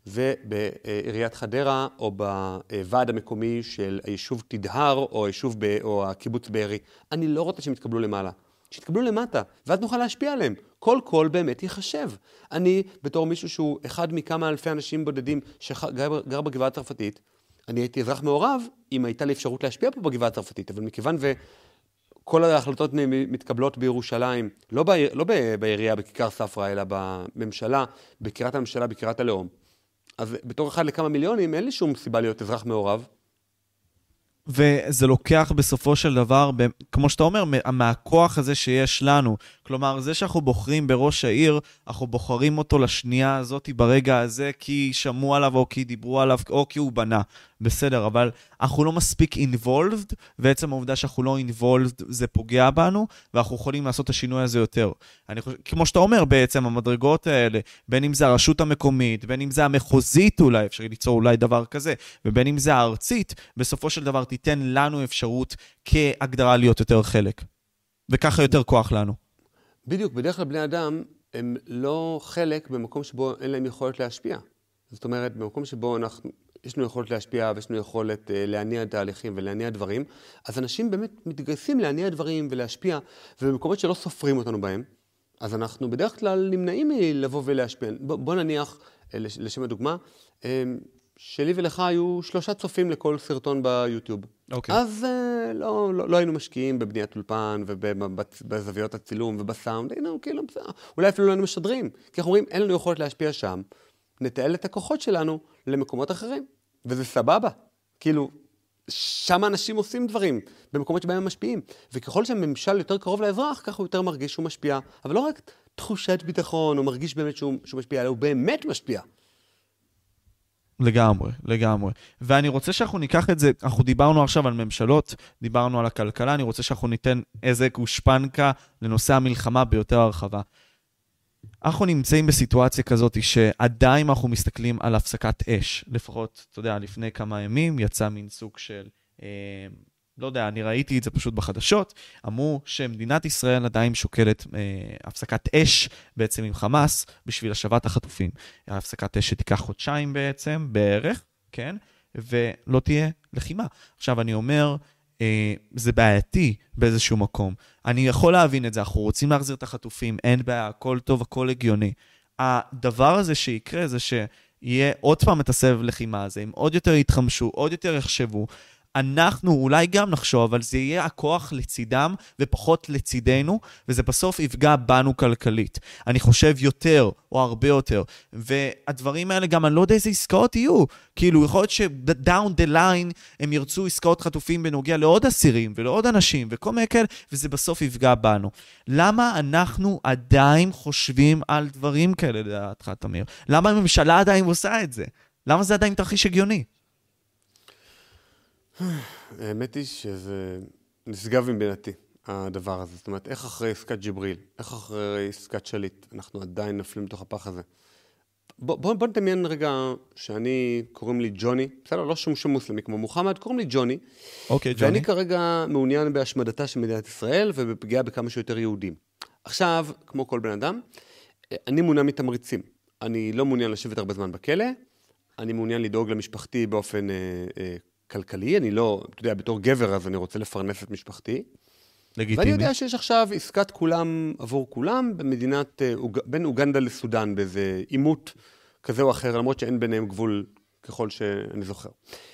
ובעיריית חדרה, או בוועד המקומי של היישוב תדהר, או, היישוב ב, או הקיבוץ בארי. אני לא רוצה שהם יתקבלו למעלה, שיתקבלו למטה, ואז נוכל להשפיע עליהם. כל קול באמת ייחשב. אני, בתור מישהו שהוא אחד מכמה אלפי אנשים בודדים שגר בגבעה הצרפתית, אני הייתי אזרח מעורב אם הייתה לי אפשרות להשפיע פה בגבעה הצרפתית, אבל מכיוון וכל ההחלטות מתקבלות בירושלים, לא, ב, לא ב, בעירייה, בכיכר ספרא, אלא בממשלה, בקריית הממשלה, בקריית הלאום. אז בתור אחד לכמה מיליונים, אין לי שום סיבה להיות אזרח מעורב. וזה לוקח בסופו של דבר, כמו שאתה אומר, מהכוח הזה שיש לנו. כלומר, זה שאנחנו בוחרים בראש העיר, אנחנו בוחרים אותו לשנייה הזאת ברגע הזה, כי שמעו עליו או כי דיברו עליו, או כי הוא בנה. בסדר, אבל אנחנו לא מספיק involved, ועצם העובדה שאנחנו לא involved זה פוגע בנו, ואנחנו יכולים לעשות את השינוי הזה יותר. אני חושב, כמו שאתה אומר בעצם, המדרגות האלה, בין אם זה הרשות המקומית, בין אם זה המחוזית אולי, אפשר ליצור אולי דבר כזה, ובין אם זה הארצית, בסופו של דבר תיתן לנו אפשרות כהגדרה להיות יותר חלק. וככה יותר כוח לנו. בדיוק, בדרך כלל בני אדם הם לא חלק במקום שבו אין להם יכולת להשפיע. זאת אומרת, במקום שבו אנחנו, יש לנו יכולת להשפיע ויש לנו יכולת אה, להניע תהליכים ולהניע דברים, אז אנשים באמת מתגייסים להניע דברים ולהשפיע, ובמקומות שלא סופרים אותנו בהם, אז אנחנו בדרך כלל נמנעים מלבוא ולהשפיע. בוא, בוא נניח, אה, לשם הדוגמה, אה, שלי ולך היו שלושה צופים לכל סרטון ביוטיוב. Okay. אז אה, לא, לא, לא היינו משקיעים בבניית אולפן ובזוויות הצילום ובסאונד, היינו כאילו, אולי אפילו לא היינו משדרים, כי אנחנו אומרים, אין לנו יכולת להשפיע שם, נתעל את הכוחות שלנו למקומות אחרים, וזה סבבה. כאילו, שם אנשים עושים דברים, במקומות שבהם הם משפיעים, וככל שהממשל יותר קרוב לאזרח, ככה הוא יותר מרגיש שהוא משפיע, אבל לא רק תחושת ביטחון, הוא מרגיש באמת שהוא, שהוא משפיע, אלא הוא באמת משפיע. לגמרי, לגמרי. ואני רוצה שאנחנו ניקח את זה, אנחנו דיברנו עכשיו על ממשלות, דיברנו על הכלכלה, אני רוצה שאנחנו ניתן איזה גושפנקה לנושא המלחמה ביותר הרחבה. אנחנו נמצאים בסיטואציה כזאת שעדיין אנחנו מסתכלים על הפסקת אש. לפחות, אתה יודע, לפני כמה ימים יצא מין סוג של, אה, לא יודע, אני ראיתי את זה פשוט בחדשות, אמרו שמדינת ישראל עדיין שוקלת אה, הפסקת אש בעצם עם חמאס בשביל השבת החטופים. הפסקת אש שתיקח חודשיים בעצם, בערך, כן? ולא תהיה לחימה. עכשיו אני אומר, אה, זה בעייתי באיזשהו מקום. אני יכול להבין את זה, אנחנו רוצים להחזיר את החטופים, אין בעיה, הכל טוב, הכל הגיוני. הדבר הזה שיקרה זה שיהיה עוד פעם את הסבב לחימה הזה, הם עוד יותר יתחמשו, עוד יותר יחשבו, אנחנו אולי גם נחשוב, אבל זה יהיה הכוח לצידם ופחות לצידנו, וזה בסוף יפגע בנו כלכלית. אני חושב יותר או הרבה יותר, והדברים האלה גם, אני לא יודע איזה עסקאות יהיו, כאילו יכול להיות ש-down the line הם ירצו עסקאות חטופים בנוגע לעוד אסירים ולעוד אנשים וכל מיני כאלה, וזה בסוף יפגע בנו. למה אנחנו עדיין חושבים על דברים כאלה לדעתך, תמיר? למה הממשלה עדיין עושה את זה? למה זה עדיין תרחיש הגיוני? האמת היא שזה נשגב מבינתי, הדבר הזה. זאת אומרת, איך אחרי עסקת ג'יבריל, איך אחרי עסקת שליט, אנחנו עדיין נפלים בתוך הפח הזה. בוא, בוא, בוא נתמיין רגע שאני, קוראים לי ג'וני, בסדר, לא שום שם מוסלמי כמו מוחמד, קוראים לי ג'וני. אוקיי, ג'וני. ואני כרגע מעוניין בהשמדתה של מדינת ישראל ובפגיעה בכמה שיותר יהודים. עכשיו, כמו כל בן אדם, אני מעוניין מתמריצים. אני לא מעוניין לשבת הרבה זמן בכלא, אני מעוניין לדאוג למשפחתי באופן אה, אה, כלכלי, אני לא, אתה יודע, בתור גבר אז אני רוצה לפרנס את משפחתי. לגיטימי. ואני יודע שיש עכשיו עסקת כולם עבור כולם במדינת, בין אוגנדה לסודן, באיזה עימות כזה או אחר, למרות שאין ביניהם גבול ככל שאני זוכר.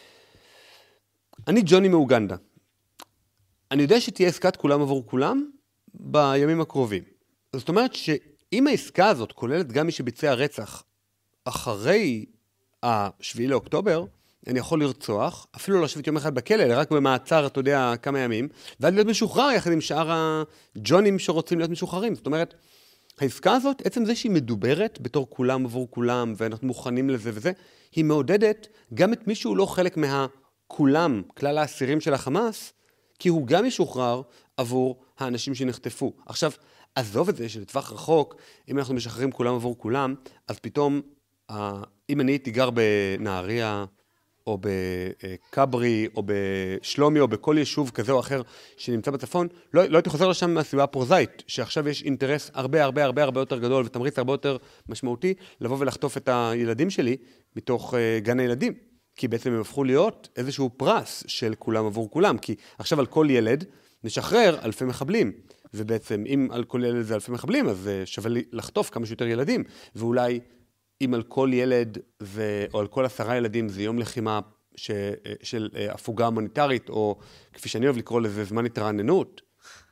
אני ג'וני מאוגנדה. אני יודע שתהיה עסקת כולם עבור כולם בימים הקרובים. זאת אומרת שאם העסקה הזאת כוללת גם מי שביצע רצח אחרי השביעי לאוקטובר, אני יכול לרצוח, אפילו לא לשבת יום אחד בכלא, אלא רק במעצר, אתה יודע, כמה ימים, ועד להיות משוחרר יחד עם שאר הג'ונים שרוצים להיות משוחררים. זאת אומרת, העסקה הזאת, עצם זה שהיא מדוברת בתור כולם עבור כולם, ואנחנו מוכנים לזה וזה, היא מעודדת גם את מי שהוא לא חלק מהכולם, כלל האסירים של החמאס, כי הוא גם משוחרר עבור האנשים שנחטפו. עכשיו, עזוב את זה שלטווח רחוק, אם אנחנו משחררים כולם עבור כולם, אז פתאום, אם אני הייתי גר בנהריה, או בקברי, או בשלומי, או בכל יישוב כזה או אחר שנמצא בצפון, לא, לא הייתי חוזר לשם מהסיבה הפרוזאית, שעכשיו יש אינטרס הרבה הרבה הרבה הרבה יותר גדול, ותמריץ הרבה יותר משמעותי, לבוא ולחטוף את הילדים שלי מתוך uh, גן הילדים. כי בעצם הם הפכו להיות איזשהו פרס של כולם עבור כולם, כי עכשיו על כל ילד נשחרר אלפי מחבלים, ובעצם אם על כל ילד זה אלפי מחבלים, אז uh, שווה לחטוף כמה שיותר ילדים, ואולי אם על כל ילד זה, או על כל עשרה ילדים זה יום לחימה ש, של הפוגה המוניטרית, או כפי שאני אוהב לקרוא לזה זמן התרעננות,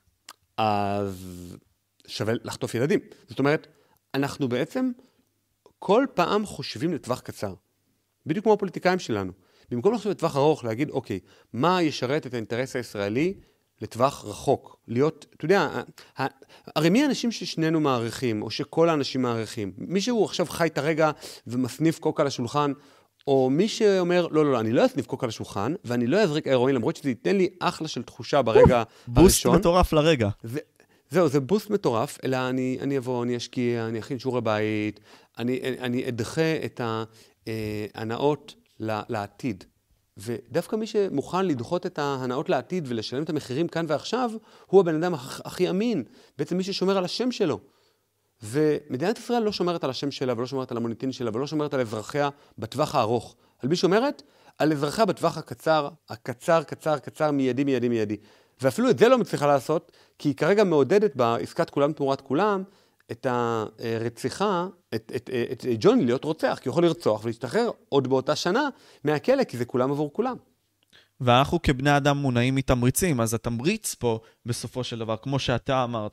אז שווה לחטוף ילדים. זאת אומרת, אנחנו בעצם כל פעם חושבים לטווח קצר. בדיוק כמו הפוליטיקאים שלנו. במקום לחשוב לטווח ארוך, להגיד, אוקיי, מה ישרת את האינטרס הישראלי לטווח רחוק? להיות, אתה יודע, הרי מי האנשים ששנינו מעריכים, או שכל האנשים מעריכים? מי שהוא עכשיו חי את הרגע ומסניף קוק על השולחן, או מי שאומר, לא, לא, לא, אני לא אסניף קוק על השולחן, ואני לא אזריק הרואין, למרות שזה ייתן לי אחלה של תחושה ברגע הראשון. בוסט מטורף לרגע. זה, זהו, זה בוסט מטורף, אלא אני, אני אבוא, אני אשקיע, אני אכין שיעורי בית, אני, אני אדחה את ההנאות לעתיד. ודווקא מי שמוכן לדחות את ההנאות לעתיד ולשלם את המחירים כאן ועכשיו, הוא הבן אדם הכי אמין, בעצם מי ששומר על השם שלו. ומדינת ישראל לא שומרת על השם שלה, ולא שומרת על המוניטין שלה, ולא שומרת על אזרחיה בטווח הארוך. על מי שומרת? על אזרחיה בטווח הקצר, הקצר, קצר, קצר, מיידי, מיידי, מיידי. ואפילו את זה לא מצליחה לעשות, כי היא כרגע מעודדת בעסקת כולם תמורת כולם, את הרציחה, את, את, את, את ג'וני להיות רוצח, כי הוא יכול לרצוח ולהשתחרר עוד באותה שנה מהכלא, כי זה כולם עבור כולם. ואנחנו כבני אדם מונעים מתמריצים, אז התמריץ פה בסופו של דבר, כמו שאתה אמרת,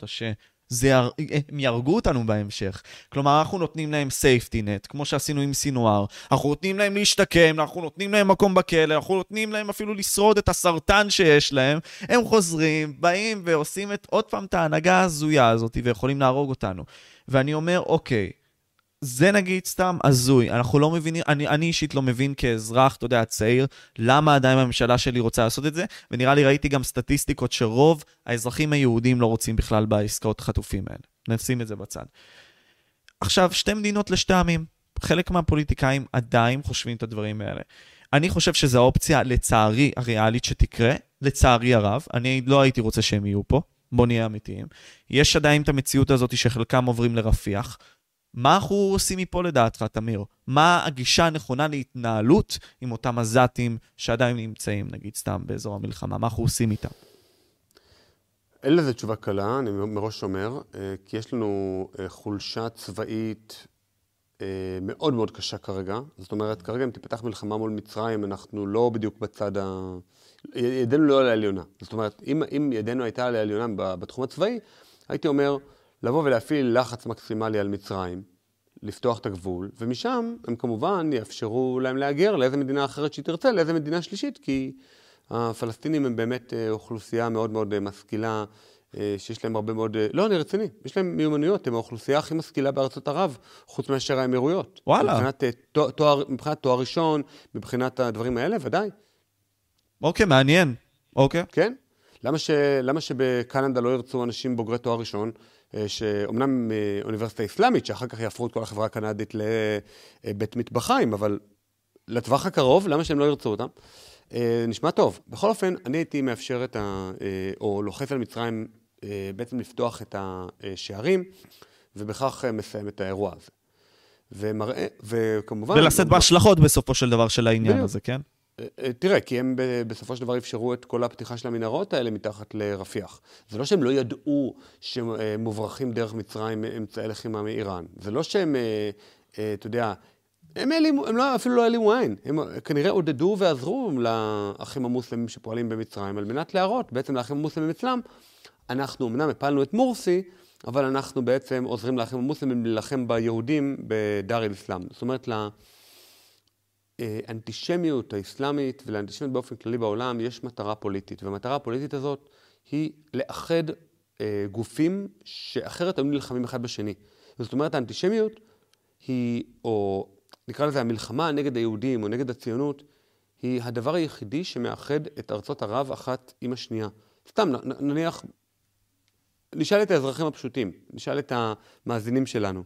שהם ירגו אותנו בהמשך. כלומר, אנחנו נותנים להם safety net, כמו שעשינו עם סינואר, אנחנו נותנים להם להשתקם, אנחנו נותנים להם מקום בכלא, אנחנו נותנים להם אפילו לשרוד את הסרטן שיש להם, הם חוזרים, באים ועושים את, עוד פעם את ההנהגה הזויה הזאת, ויכולים להרוג אותנו. ואני אומר, אוקיי, זה נגיד סתם הזוי, אנחנו לא מבינים, אני, אני אישית לא מבין כאזרח, אתה יודע, צעיר, למה עדיין הממשלה שלי רוצה לעשות את זה, ונראה לי ראיתי גם סטטיסטיקות שרוב האזרחים היהודים לא רוצים בכלל בעסקאות חטופים האלה. נשים את זה בצד. עכשיו, שתי מדינות לשתי עמים, חלק מהפוליטיקאים עדיין חושבים את הדברים האלה. אני חושב שזו האופציה לצערי הריאלית שתקרה, לצערי הרב, אני לא הייתי רוצה שהם יהיו פה, בוא נהיה אמיתיים. יש עדיין את המציאות הזאת שחלקם עוברים לרפיח, מה אנחנו עושים מפה לדעתך, תמיר? מה הגישה הנכונה להתנהלות עם אותם עזתים שעדיין נמצאים, נגיד סתם באזור המלחמה? מה אנחנו עושים איתם? אין לזה תשובה קלה, אני מראש אומר, כי יש לנו חולשה צבאית מאוד מאוד קשה כרגע. זאת אומרת, כרגע אם תפתח מלחמה מול מצרים, אנחנו לא בדיוק בצד ה... ידנו לא על העליונה. זאת אומרת, אם, אם ידנו הייתה על העליונה בתחום הצבאי, הייתי אומר, לבוא ולהפעיל לחץ מקסימלי על מצרים, לפתוח את הגבול, ומשם הם כמובן יאפשרו להם להגר לאיזה מדינה אחרת שהיא תרצה, לאיזה מדינה שלישית, כי הפלסטינים הם באמת אוכלוסייה מאוד מאוד משכילה, שיש להם הרבה מאוד... לא, אני רציני, יש להם מיומנויות, הם האוכלוסייה הכי משכילה בארצות ערב, חוץ מאשר האמירויות. וואלה. מבחינת תואר, מבחינת תואר ראשון, מבחינת הדברים האלה, ודאי. אוקיי, מעניין. אוקיי. כן? למה ש... למה שבקנדה לא ירצו אנשים בוגרי תואר ראשון, שאומנם אוניברסיטה אסלאמית, שאחר כך יהפכו את כל החברה הקנדית לבית מטבחיים, אבל לטווח הקרוב, למה שהם לא ירצו אותם? נשמע טוב. בכל אופן, אני הייתי מאפשר את ה... או לוחץ על מצרים בעצם לפתוח את השערים, ובכך מסיים את האירוע הזה. ומראה, וכמובן... ולשאת בהשלכות בסופו של דבר של העניין הזה, כן? תראה, כי הם בסופו של דבר אפשרו את כל הפתיחה של המנהרות האלה מתחת לרפיח. זה לא שהם לא ידעו שמוברחים דרך מצרים אמצעי לחימה מאיראן. זה לא שהם, אתה יודע, הם, אלימו, הם לא, אפילו לא העלימו עין. הם כנראה עודדו ועזרו לאחים המוסלמים שפועלים במצרים, על מנת להראות בעצם לאחים המוסלמים אצלם. אנחנו אמנם הפלנו את מורסי, אבל אנחנו בעצם עוזרים לאחים המוסלמים להילחם ביהודים בדאר אל-אסלאם. זאת אומרת, לאנטישמיות האסלאמית ולאנטישמיות באופן כללי בעולם יש מטרה פוליטית, והמטרה הפוליטית הזאת היא לאחד גופים שאחרת היו נלחמים אחד בשני. זאת אומרת, האנטישמיות היא, או נקרא לזה המלחמה נגד היהודים או נגד הציונות, היא הדבר היחידי שמאחד את ארצות ערב אחת עם השנייה. סתם, נניח, נשאל את האזרחים הפשוטים, נשאל את המאזינים שלנו.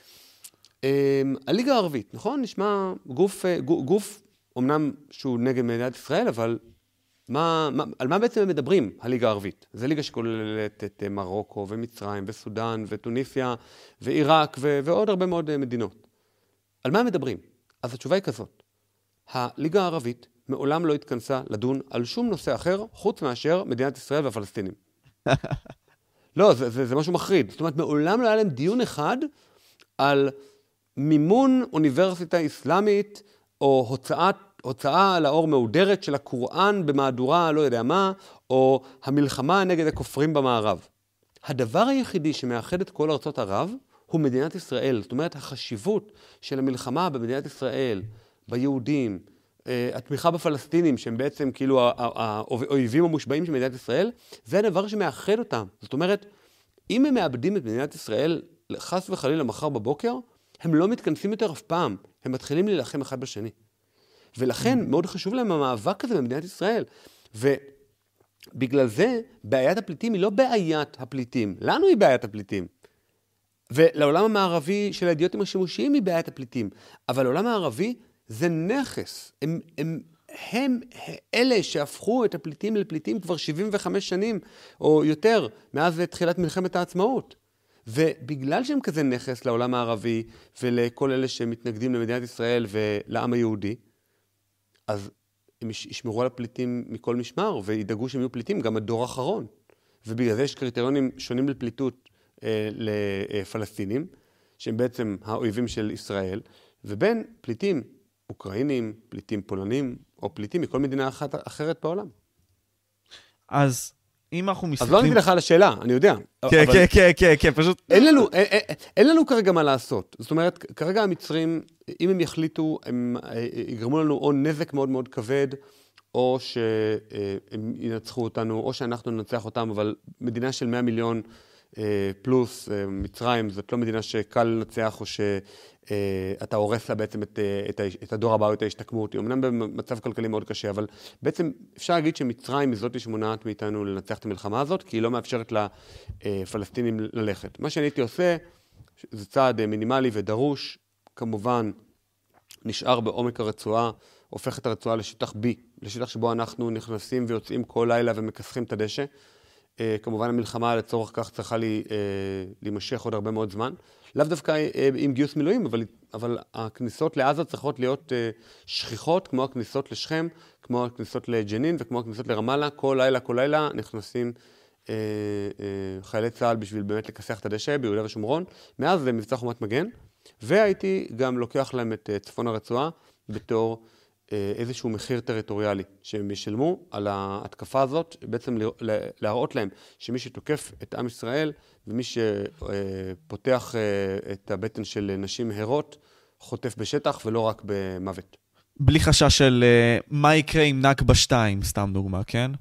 הליגה הערבית, נכון? נשמע גוף, גוף, אמנם שהוא נגד מדינת ישראל, אבל מה, מה, על מה בעצם הם מדברים, הליגה הערבית? זו ליגה שכוללת את מרוקו ומצרים וסודן וטוניסיה ועיראק ו- ועוד הרבה מאוד מדינות. על מה הם מדברים? אז התשובה היא כזאת. הליגה הערבית מעולם לא התכנסה לדון על שום נושא אחר, חוץ מאשר מדינת ישראל והפלסטינים. לא, זה, זה, זה משהו מחריד. זאת אומרת, מעולם לא היה להם דיון אחד על מימון אוניברסיטה אסלאמית, או הוצאת, הוצאה לאור מהודרת של הקוראן במהדורה, לא יודע מה, או המלחמה נגד הכופרים במערב. הדבר היחידי שמאחד את כל ארצות ערב, הוא מדינת ישראל. זאת אומרת, החשיבות של המלחמה במדינת ישראל, ביהודים, התמיכה בפלסטינים, שהם בעצם כאילו האויבים המושבעים של מדינת ישראל, זה הדבר שמאחד אותם. זאת אומרת, אם הם מאבדים את מדינת ישראל, חס וחלילה מחר בבוקר, הם לא מתכנסים יותר אף פעם. הם מתחילים להילחם אחד בשני. ולכן מאוד חשוב להם המאבק הזה במדינת ישראל. ובגלל זה, בעיית הפליטים היא לא בעיית הפליטים. לנו היא בעיית הפליטים. ולעולם המערבי של האידיוטים השימושיים היא בעיית הפליטים. אבל לעולם הערבי זה נכס. הם, הם, הם אלה שהפכו את הפליטים לפליטים כבר שבעים וחמש שנים או יותר, מאז תחילת מלחמת העצמאות. ובגלל שהם כזה נכס לעולם הערבי ולכל אלה שמתנגדים למדינת ישראל ולעם היהודי, אז הם ישמרו על הפליטים מכל משמר וידאגו שהם יהיו פליטים גם הדור האחרון. ובגלל זה יש קריטריונים שונים לפליטות אה, לפלסטינים, שהם בעצם האויבים של ישראל, ובין פליטים אוקראינים, פליטים פולנים, או פליטים מכל מדינה אחת, אחרת בעולם. אז אם אנחנו מסתכלים... אז לא עניתי לך על השאלה, אני יודע. כן, כן, כן, כן, כן, פשוט... אין לנו, אין, אין לנו כרגע מה לעשות. זאת אומרת, כרגע המצרים, אם הם יחליטו, הם יגרמו לנו או נזק מאוד מאוד כבד, או שהם ינצחו אותנו, או שאנחנו ננצח אותם, אבל מדינה של מאה מיליון פלוס, מצרים, זאת לא מדינה שקל לנצח, או שאתה הורס לה בעצם את, את, את הדור הבא או את ההשתקמות. היא אמנם במצב כלכלי מאוד קשה, אבל בעצם אפשר להגיד שמצרים היא זאת שמונעת מאיתנו לנצח את המלחמה הזאת, כי היא לא מאפשרת לפלסטינים ללכת. מה שאני הייתי עושה, זה צעד מינימלי ודרוש, כמובן נשאר בעומק הרצועה, הופך את הרצועה לשטח B, לשטח שבו אנחנו נכנסים ויוצאים כל לילה ומכסחים את הדשא. כמובן המלחמה לצורך כך צריכה לי, להימשך עוד הרבה מאוד זמן. לאו דווקא עם גיוס מילואים, אבל, אבל הכניסות לעזה צריכות להיות שכיחות, כמו הכניסות לשכם, כמו הכניסות לג'נין וכמו הכניסות לרמאללה. כל לילה, כל לילה נכנסים אה, אה, חיילי צה"ל בשביל באמת לכסח את הדשא ביהודה ושומרון. מאז זה מבצע חומת מגן. והייתי גם לוקח להם את צפון הרצועה בתור איזשהו מחיר טריטוריאלי שהם ישלמו על ההתקפה הזאת, בעצם להראות להם שמי שתוקף את עם ישראל ומי שפותח את הבטן של נשים הרות, חוטף בשטח ולא רק במוות. בלי חשש של מה יקרה עם נקבה שתיים, סתם דוגמה, כן?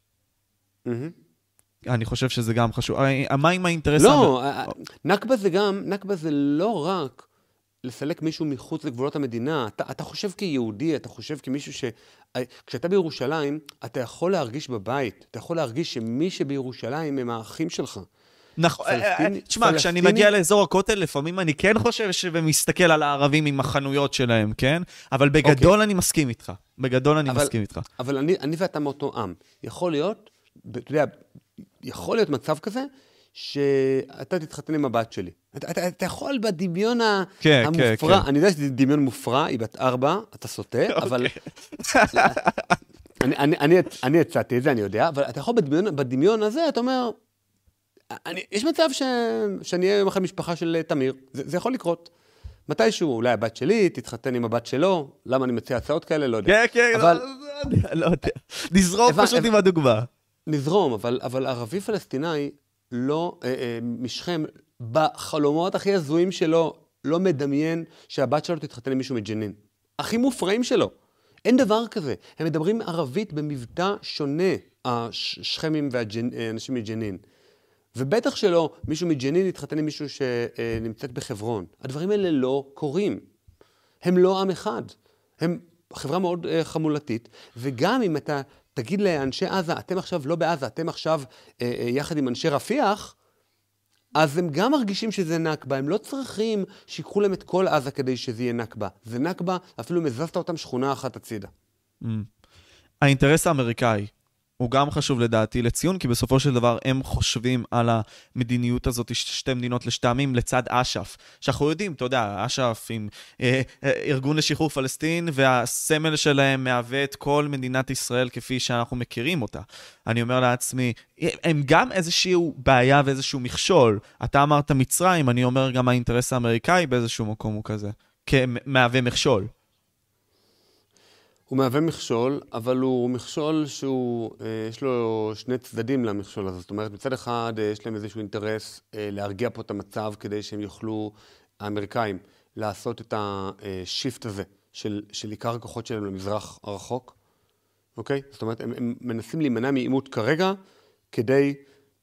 אני חושב שזה גם חשוב. מה עם האינטרס? לא, נקבה זה גם, נקבה זה לא רק לסלק מישהו מחוץ לגבולות המדינה. אתה, אתה חושב כיהודי, אתה חושב כמישהו ש... כשאתה בירושלים, אתה יכול להרגיש בבית, אתה יכול להרגיש שמי שבירושלים הם האחים שלך. נכון, תשמע, כשאני מגיע לאזור הכותל, לפעמים אני כן חושב ומסתכל על הערבים עם החנויות שלהם, כן? אבל בגדול אני מסכים איתך. בגדול אני מסכים איתך. אבל אני, אני ואתה מאותו עם. יכול להיות, אתה יודע, יכול להיות מצב כזה, שאתה תתחתן עם הבת שלי. אתה, אתה, אתה יכול בדמיון כן, המופרע, כן, כן. אני יודע שזה דמיון מופרע, היא בת ארבע, אתה סוטה, אבל... אני, אני, אני, אני הצעתי את זה, אני יודע, אבל אתה יכול בדמיון, בדמיון הזה, אתה אומר, אני, יש מצב ש, שאני אהיה עם אחת משפחה של תמיר, זה, זה יכול לקרות. מתישהו, אולי הבת שלי תתחתן עם הבת שלו, למה אני מציע הצעות כאלה, לא יודע. כן, כן, אבל... לא, לא יודע. נזרום פשוט עם הדוגמה. נזרום, אבל, אבל ערבי פלסטיני, לא, אה, אה, משכם, בחלומות הכי הזויים שלו, לא מדמיין שהבת שלו תתחתן עם מישהו מג'נין. הכי מופרעים שלו. אין דבר כזה. הם מדברים ערבית במבטא שונה, השכמים והאנשים מג'נין. ובטח שלא, מישהו מג'נין יתחתן עם מישהו שנמצאת בחברון. הדברים האלה לא קורים. הם לא עם אחד. הם חברה מאוד uh, חמולתית, וגם אם אתה תגיד לאנשי עזה, אתם עכשיו לא בעזה, אתם עכשיו uh, uh, יחד עם אנשי רפיח, אז הם גם מרגישים שזה נקבה, הם לא צריכים שיקחו להם את כל עזה כדי שזה יהיה נקבה. זה נקבה, אפילו מזזת אותם שכונה אחת הצידה. Mm. האינטרס האמריקאי הוא גם חשוב לדעתי לציון, כי בסופו של דבר הם חושבים על המדיניות הזאת, שתי מדינות לשתי עמים, לצד אש"ף. שאנחנו יודעים, אתה יודע, אש"ף עם אה, אה, ארגון לשחרור פלסטין, והסמל שלהם מהווה את כל מדינת ישראל כפי שאנחנו מכירים אותה. אני אומר לעצמי, הם גם איזשהו בעיה ואיזשהו מכשול. אתה אמרת מצרים, אני אומר גם האינטרס האמריקאי באיזשהו מקום הוא כזה, כמהווה מכשול. הוא מהווה מכשול, אבל הוא מכשול שהוא, יש לו שני צדדים למכשול הזה. זאת אומרת, מצד אחד יש להם איזשהו אינטרס להרגיע פה את המצב, כדי שהם יוכלו, האמריקאים, לעשות את השיפט הזה של, של עיקר הכוחות שלהם למזרח הרחוק. אוקיי? זאת אומרת, הם, הם מנסים להימנע מעימות כרגע, כדי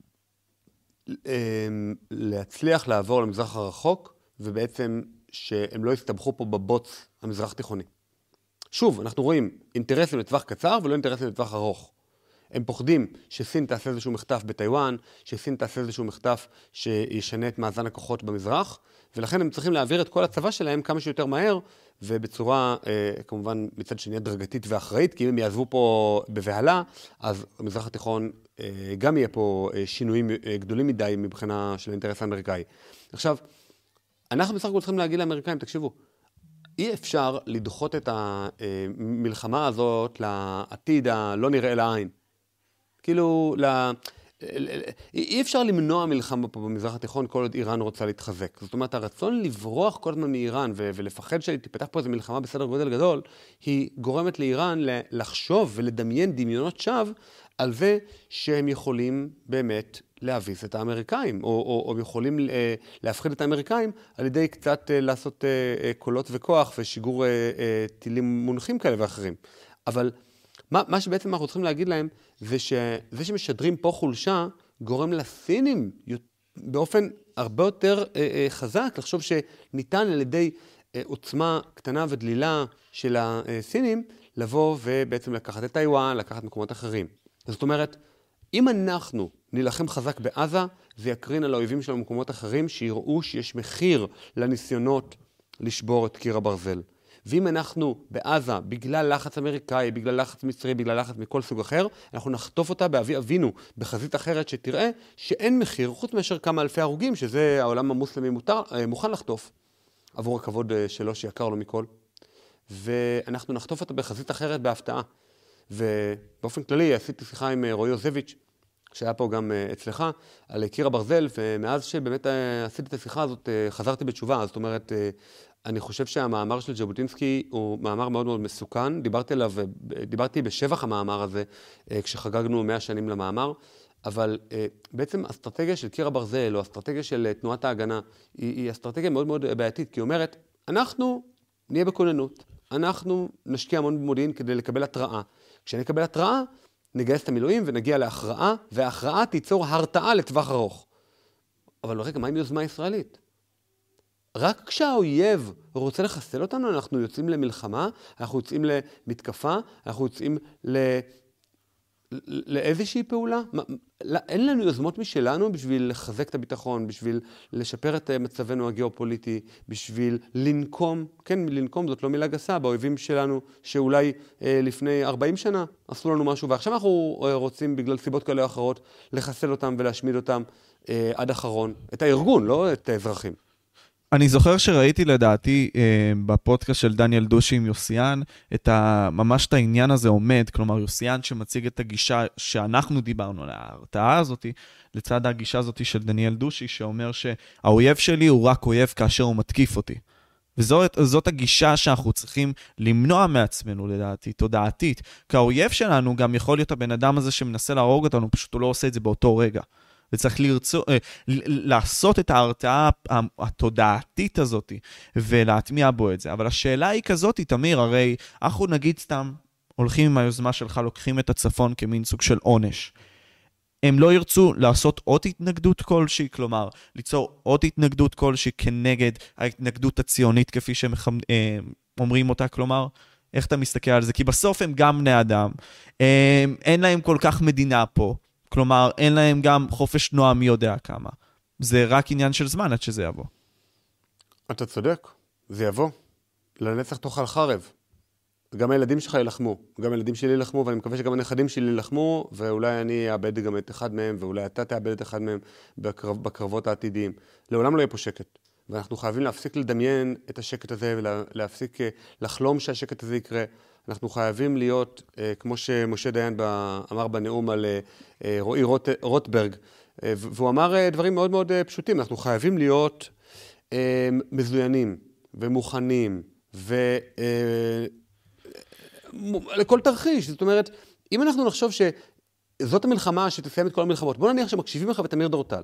להצליח לעבור למזרח הרחוק, ובעצם שהם לא יסתבכו פה בבוץ המזרח תיכוני. שוב, אנחנו רואים אינטרסים לטווח קצר ולא אינטרסים לטווח ארוך. הם פוחדים שסין תעשה איזשהו מחטף בטיואן, שסין תעשה איזשהו מחטף שישנה את מאזן הכוחות במזרח, ולכן הם צריכים להעביר את כל הצבא שלהם כמה שיותר מהר, ובצורה, אה, כמובן, מצד שני הדרגתית ואחראית, כי אם הם יעזבו פה בבהלה, אז המזרח התיכון אה, גם יהיה פה אה, שינויים אה, גדולים מדי מבחינה של האינטרס האמריקאי. עכשיו, אנחנו בסך הכל צריכים להגיד לאמריקאים, תקשיבו, אי אפשר לדחות את המלחמה הזאת לעתיד הלא נראה לעין. כאילו, לה... אי אפשר למנוע מלחמה פה במזרח התיכון כל עוד איראן רוצה להתחזק. זאת אומרת, הרצון לברוח כל הזמן מאיראן ו- ולפחד שתפתח פה איזו מלחמה בסדר גודל גדול, היא גורמת לאיראן לחשוב ולדמיין דמיונות שווא על זה שהם יכולים באמת להביס את האמריקאים, או, או, או יכולים להפחיד את האמריקאים על ידי קצת לעשות קולות וכוח ושיגור טילים מונחים כאלה ואחרים. אבל מה, מה שבעצם אנחנו צריכים להגיד להם, זה שזה שמשדרים פה חולשה, גורם לסינים באופן הרבה יותר חזק, לחשוב שניתן על ידי עוצמה קטנה ודלילה של הסינים, לבוא ובעצם לקחת את טיואן, לקחת מקומות אחרים. זאת אומרת, אם אנחנו נלחם חזק בעזה, זה יקרין על האויבים של המקומות אחרים, שיראו שיש מחיר לניסיונות לשבור את קיר הברזל. ואם אנחנו בעזה, בגלל לחץ אמריקאי, בגלל לחץ מצרי, בגלל לחץ מכל סוג אחר, אנחנו נחטוף אותה באבי אבינו, בחזית אחרת שתראה שאין מחיר, חוץ מאשר כמה אלפי הרוגים, שזה העולם המוסלמי מותר, מוכן לחטוף, עבור הכבוד שלו שיקר לו מכל. ואנחנו נחטוף אותה בחזית אחרת בהפתעה. ובאופן כללי עשיתי שיחה עם רועי יוזביץ', שהיה פה גם אצלך, על קיר הברזל, ומאז שבאמת עשיתי את השיחה הזאת, חזרתי בתשובה. זאת אומרת, אני חושב שהמאמר של ז'בוטינסקי הוא מאמר מאוד מאוד מסוכן. דיברתי עליו, דיברתי בשבח המאמר הזה, כשחגגנו מאה שנים למאמר, אבל בעצם אסטרטגיה של קיר הברזל, או אסטרטגיה של תנועת ההגנה, היא, היא אסטרטגיה מאוד מאוד בעייתית, כי היא אומרת, אנחנו נהיה בכוננות, אנחנו נשקיע המון במודיעין כדי לקבל התראה. כשנקבל התראה, נגייס את המילואים ונגיע להכרעה, וההכרעה תיצור הרתעה לטווח ארוך. אבל רגע, מה עם יוזמה ישראלית? רק כשהאויב רוצה לחסל אותנו, אנחנו יוצאים למלחמה, אנחנו יוצאים למתקפה, אנחנו יוצאים ל... לאיזושהי פעולה? אין לנו יוזמות משלנו בשביל לחזק את הביטחון, בשביל לשפר את מצבנו הגיאופוליטי, בשביל לנקום, כן, לנקום זאת לא מילה גסה, באויבים שלנו שאולי אה, לפני ארבעים שנה עשו לנו משהו, ועכשיו אנחנו אה, רוצים בגלל סיבות כאלה או אחרות לחסל אותם ולהשמיד אותם אה, עד אחרון, את הארגון, לא את האזרחים. אני זוכר שראיתי לדעתי אה, בפודקאסט של דניאל דושי עם יוסיאן, את ה, ממש את העניין הזה עומד, כלומר יוסיאן שמציג את הגישה שאנחנו דיברנו על ההרתעה הזאת, לצד הגישה הזאת של דניאל דושי, שאומר שהאויב שלי הוא רק אויב כאשר הוא מתקיף אותי. וזאת זאת הגישה שאנחנו צריכים למנוע מעצמנו לדעתי, תודעתית, כי האויב שלנו גם יכול להיות הבן אדם הזה שמנסה להרוג אותנו, פשוט הוא לא עושה את זה באותו רגע. וצריך לרצוא, לעשות את ההרתעה התודעתית הזאת, ולהטמיע בו את זה. אבל השאלה היא כזאת, תמיר, הרי אנחנו נגיד סתם, הולכים עם היוזמה שלך, לוקחים את הצפון כמין סוג של עונש. הם לא ירצו לעשות עוד התנגדות כלשהי, כלומר, ליצור עוד התנגדות כלשהי כנגד ההתנגדות הציונית, כפי שהם אומרים אותה, כלומר, איך אתה מסתכל על זה? כי בסוף הם גם בני אדם, אין להם כל כך מדינה פה, כלומר, אין להם גם חופש תנועה מי יודע כמה. זה רק עניין של זמן עד שזה יבוא. אתה צודק, זה יבוא. לנצח תאכל חרב. גם הילדים שלך ילחמו, גם הילדים שלי ילחמו, ואני מקווה שגם הנכדים שלי ילחמו, ואולי אני אאבד גם את אחד מהם, ואולי אתה תאבד את אחד מהם בקרב, בקרבות העתידיים. לעולם לא יהיה פה שקט. ואנחנו חייבים להפסיק לדמיין את השקט הזה, ולהפסיק לחלום שהשקט הזה יקרה. אנחנו חייבים להיות, כמו שמשה דיין אמר בנאום על רועי רוט, רוטברג, והוא אמר דברים מאוד מאוד פשוטים. אנחנו חייבים להיות מזוינים ומוכנים, ולכל תרחיש. זאת אומרת, אם אנחנו נחשוב שזאת המלחמה שתסיים את כל המלחמות, בוא נניח שמקשיבים לך ותמיר דורטל,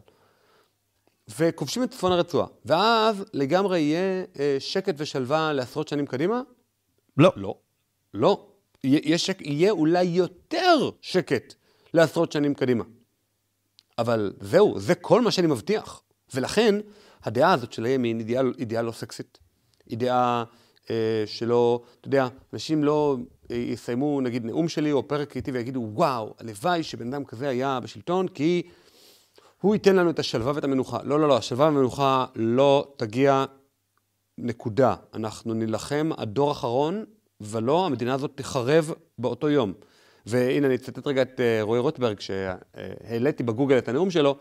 וכובשים את צפון הרצועה, ואז לגמרי יהיה שקט ושלווה לעשרות שנים קדימה? לא. לא. לא. יהיה, שק... יהיה אולי יותר שקט לעשרות שנים קדימה. אבל זהו, זה כל מה שאני מבטיח. ולכן, הדעה הזאת של הימין, אידאה, אידאה לא סקסית. אידאה אה, שלא, אתה יודע, אנשים לא אה, יסיימו, נגיד, נאום שלי או פרק איתי ויגידו, וואו, הלוואי שבן אדם כזה היה בשלטון, כי הוא ייתן לנו את השלווה ואת המנוחה. לא, לא, לא, השלווה והמנוחה לא תגיע נקודה. אנחנו נלחם הדור האחרון, ולא, המדינה הזאת תחרב באותו יום. והנה, אני אצטט רגע את רועי רוטברג, שהעליתי בגוגל את הנאום שלו.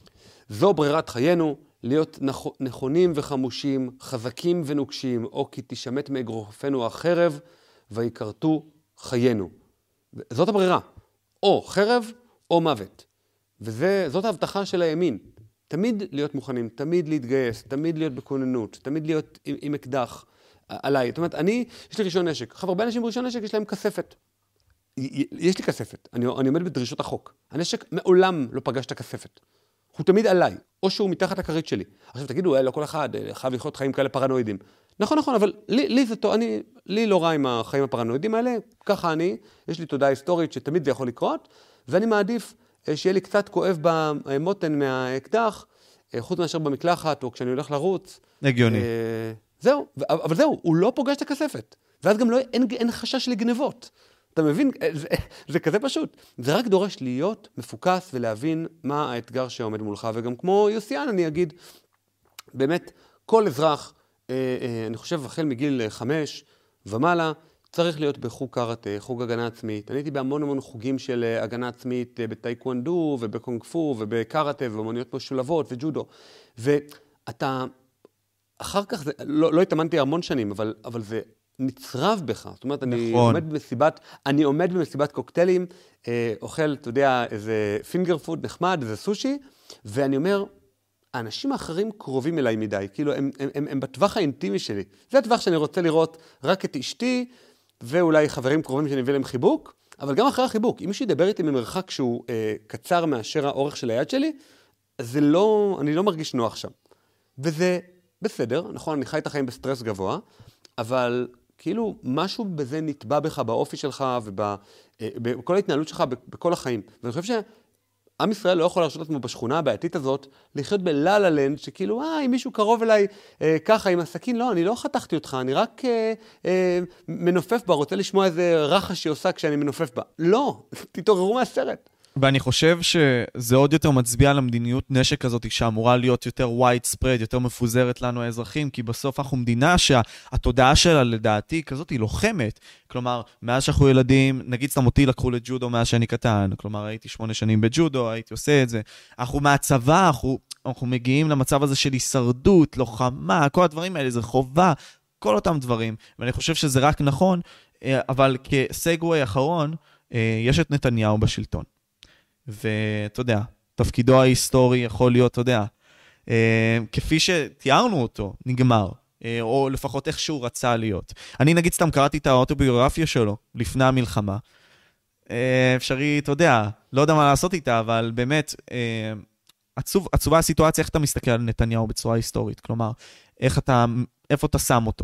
זו ברירת חיינו, להיות נכונים וחמושים, חזקים ונוקשים, או כי תשמט מאגרופנו החרב, ויקרתו חיינו. זאת הברירה. או חרב, או מוות. וזאת ההבטחה של הימין. תמיד להיות מוכנים, תמיד להתגייס, תמיד להיות בכוננות, תמיד להיות עם, עם אקדח. עליי. זאת אומרת, אני, יש לי רישיון נשק. עכשיו, הרבה אנשים ברישיון נשק יש להם כספת. יש לי כספת. אני, אני עומד בדרישות החוק. הנשק מעולם לא פגש את הכספת. הוא תמיד עליי, או שהוא מתחת הכרית שלי. עכשיו, תגידו, לא כל אחד חייב לחיות חיים כאלה פרנואידים. נכון, נכון, אבל לי, לי זה טוב, אני, לי לא רע עם החיים הפרנואידים האלה. ככה אני, יש לי תודעה היסטורית שתמיד זה יכול לקרות, ואני מעדיף שיהיה לי קצת כואב במותן מהאקדח, חוץ מאשר במקלחת, או כשאני הולך לרוץ. הגיוני. זהו, אבל זהו, הוא לא פוגש את הכספת. ואז גם לא, אין, אין חשש לגנבות. אתה מבין? זה, זה כזה פשוט. זה רק דורש להיות מפוקס ולהבין מה האתגר שעומד מולך. וגם כמו יוסיאן, אני אגיד, באמת, כל אזרח, אה, אה, אני חושב, החל מגיל חמש ומעלה, צריך להיות בחוג קראטה, חוג הגנה עצמית. אני הייתי בהמון המון חוגים של הגנה עצמית בטייקוונדו ובקונג פו ובקראטה ובמוניות משולבות וג'ודו. ואתה... אחר כך, זה, לא, לא התאמנתי המון שנים, אבל, אבל זה נצרב בך. זאת אומרת, אני נכון. עומד במסיבת, אני עומד במסיבת קוקטיילים, אה, אוכל, אתה יודע, איזה פינגר פוד נחמד, איזה סושי, ואני אומר, האנשים האחרים קרובים אליי מדי, כאילו הם, הם, הם, הם בטווח האינטימי שלי. זה הטווח שאני רוצה לראות רק את אשתי, ואולי חברים קרובים שאני מביא להם חיבוק, אבל גם אחרי החיבוק, אם מישהו ידבר איתי ממרחק שהוא אה, קצר מאשר האורך של היד שלי, זה לא, אני לא מרגיש נוח שם. וזה בסדר, נכון, אני חי את החיים בסטרס גבוה, אבל כאילו משהו בזה נטבע בך באופי שלך ובכל ההתנהלות שלך בכל החיים. ואני חושב שעם ישראל לא יכול להרשות לעצמו בשכונה הבעייתית הזאת לחיות בלה-לה לנד, שכאילו, אה, אם מישהו קרוב אליי אה, ככה עם הסכין, לא, אני לא חתכתי אותך, אני רק אה, אה, מנופף בה, רוצה לשמוע איזה רחש שהיא עושה כשאני מנופף בה. לא, תתעוררו מהסרט. ואני חושב שזה עוד יותר מצביע על המדיניות נשק הזאת שאמורה להיות יותר widespread, יותר מפוזרת לנו האזרחים, כי בסוף אנחנו מדינה שהתודעה שלה לדעתי כזאת היא לוחמת. כלומר, מאז שאנחנו ילדים, נגיד סתם אותי לקחו לג'ודו מאז שאני קטן, כלומר הייתי שמונה שנים בג'ודו, הייתי עושה את זה. אנחנו מהצבא, אנחנו, אנחנו מגיעים למצב הזה של הישרדות, לוחמה, כל הדברים האלה, זה חובה, כל אותם דברים. ואני חושב שזה רק נכון, אבל כסגווי אחרון, יש את נתניהו בשלטון. ואתה יודע, תפקידו ההיסטורי יכול להיות, אתה יודע, אה, כפי שתיארנו אותו, נגמר, אה, או לפחות איך שהוא רצה להיות. אני נגיד סתם קראתי את האוטוביוגרפיה שלו לפני המלחמה. אה, אפשרי, אתה יודע, לא יודע מה לעשות איתה, אבל באמת, אה, עצוב, עצובה הסיטואציה, איך אתה מסתכל על נתניהו בצורה היסטורית? כלומר, איך אתה, איפה אתה שם אותו?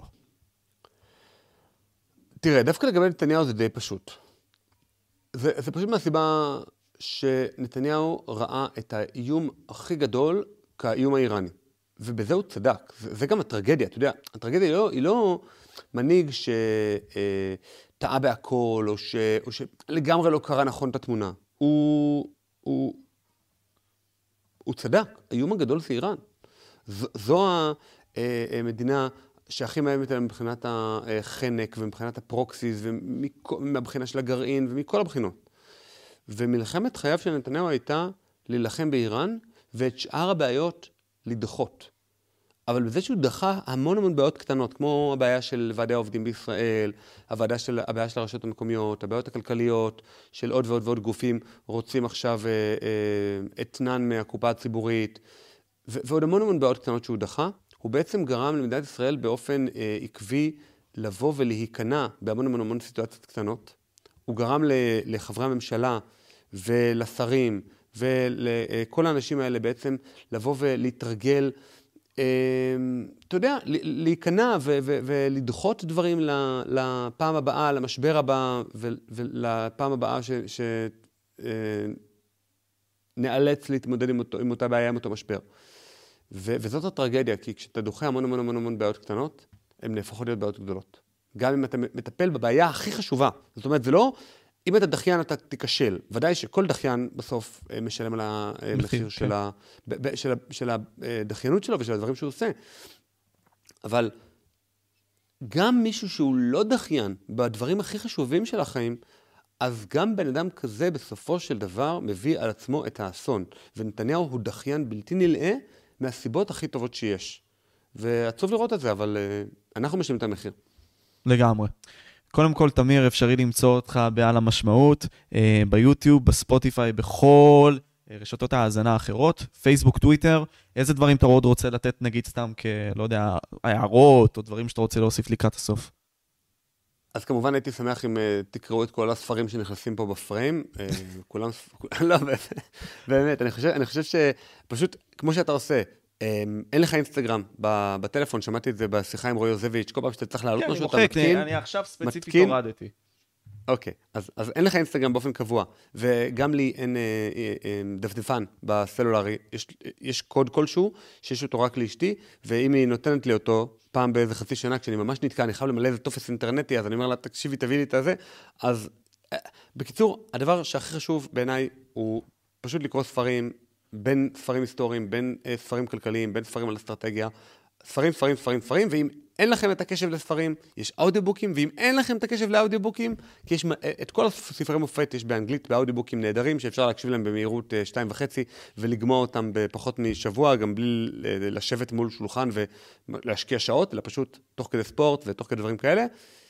תראה, דווקא לגבי נתניהו זה די פשוט. זה, זה פשוט מהסיבה שנתניהו ראה את האיום הכי גדול כאיום האיראני. ובזה הוא צדק. זה, זה גם הטרגדיה, אתה יודע. הטרגדיה היא לא, היא לא מנהיג שטעה בהכל, או, ש, או שלגמרי לא קרא נכון את התמונה. הוא, הוא, הוא צדק. האיום הגדול זה איראן. ז, זו המדינה שהכי מאיימת עליהם מבחינת החנק, ומבחינת הפרוקסיס, ומהבחינה של הגרעין, ומכל הבחינות. ומלחמת חייו של נתניהו הייתה להילחם באיראן, ואת שאר הבעיות לדחות. אבל בזה שהוא דחה המון המון בעיות קטנות, כמו הבעיה של ועדי העובדים בישראל, הבעיה של, הבעיה של הרשויות המקומיות, הבעיות הכלכליות, של עוד ועוד ועוד גופים רוצים עכשיו אה, אה, אתנן מהקופה הציבורית, ו- ועוד המון המון בעיות קטנות שהוא דחה, הוא בעצם גרם למדינת ישראל באופן אה, עקבי לבוא ולהיכנע בהמון המון המון סיטואציות קטנות. הוא גרם לחברי הממשלה ולשרים ולכל האנשים האלה בעצם לבוא ולהתרגל, אתה יודע, להיכנע ולדחות דברים לפעם הבאה, למשבר הבא ולפעם הבאה שנאלץ להתמודד עם אותה בעיה, עם אותו משבר. וזאת הטרגדיה, כי כשאתה דוחה המון המון המון המון בעיות קטנות, הן נהפכות להיות בעיות גדולות. גם אם אתה מטפל בבעיה הכי חשובה. זאת אומרת, זה לא, אם אתה דחיין, אתה תיכשל. ודאי שכל דחיין בסוף משלם על המחיר של, ה, של, ה, של הדחיינות שלו ושל הדברים שהוא עושה. אבל גם מישהו שהוא לא דחיין בדברים הכי חשובים של החיים, אז גם בן אדם כזה בסופו של דבר מביא על עצמו את האסון. ונתניהו הוא דחיין בלתי נלאה מהסיבות הכי טובות שיש. ועצוב לראות את זה, אבל אנחנו משלמים את המחיר. לגמרי. קודם כל, תמיר, אפשרי למצוא אותך בעל המשמעות, אה, ביוטיוב, בספוטיפיי, בכל אה, רשתות ההאזנה האחרות, פייסבוק, טוויטר. איזה דברים אתה עוד רוצה לתת, נגיד סתם כ, לא יודע, הערות, או דברים שאתה רוצה להוסיף לקראת הסוף? אז כמובן הייתי שמח אם uh, תקראו את כל הספרים שנכנסים פה בפריים. uh, כולם, לא, באמת, אני חושב, אני חושב שפשוט, כמו שאתה עושה, אין לך אינסטגרם בטלפון, שמעתי את זה בשיחה עם רועי יוזביץ', כל פעם שאתה צריך לעלות משהו, אתה מתקין. אני עכשיו ספציפית הורדתי. אוקיי, אז, אז אין לך אינסטגרם באופן קבוע, וגם לי אין אה, אה, דפדפן בסלולרי, יש, יש קוד כלשהו, שיש אותו רק לאשתי, ואם היא נותנת לי אותו פעם באיזה חצי שנה, כשאני ממש נתקע, אני חייב למלא איזה טופס אינטרנטי, אז אני אומר לה, תקשיבי, תביא לי את הזה. אז אה, בקיצור, הדבר שהכי חשוב בעיניי הוא פשוט לקרוא ספרים, בין ספרים היסטוריים, בין אה, ספרים כלכליים, בין ספרים על אסטרטגיה, ספרים, ספרים, ספרים, ספרים, ואם אין לכם את הקשב לספרים, יש אודיובוקים, ואם אין לכם את הקשב לאודיובוקים, כי יש את כל הספרי מופת יש באנגלית, באודיובוקים נהדרים, שאפשר להקשיב להם במהירות שתיים וחצי, ולגמוע אותם בפחות משבוע, גם בלי לשבת מול שולחן ולהשקיע שעות, אלא פשוט תוך כדי ספורט ותוך כדי דברים כאלה.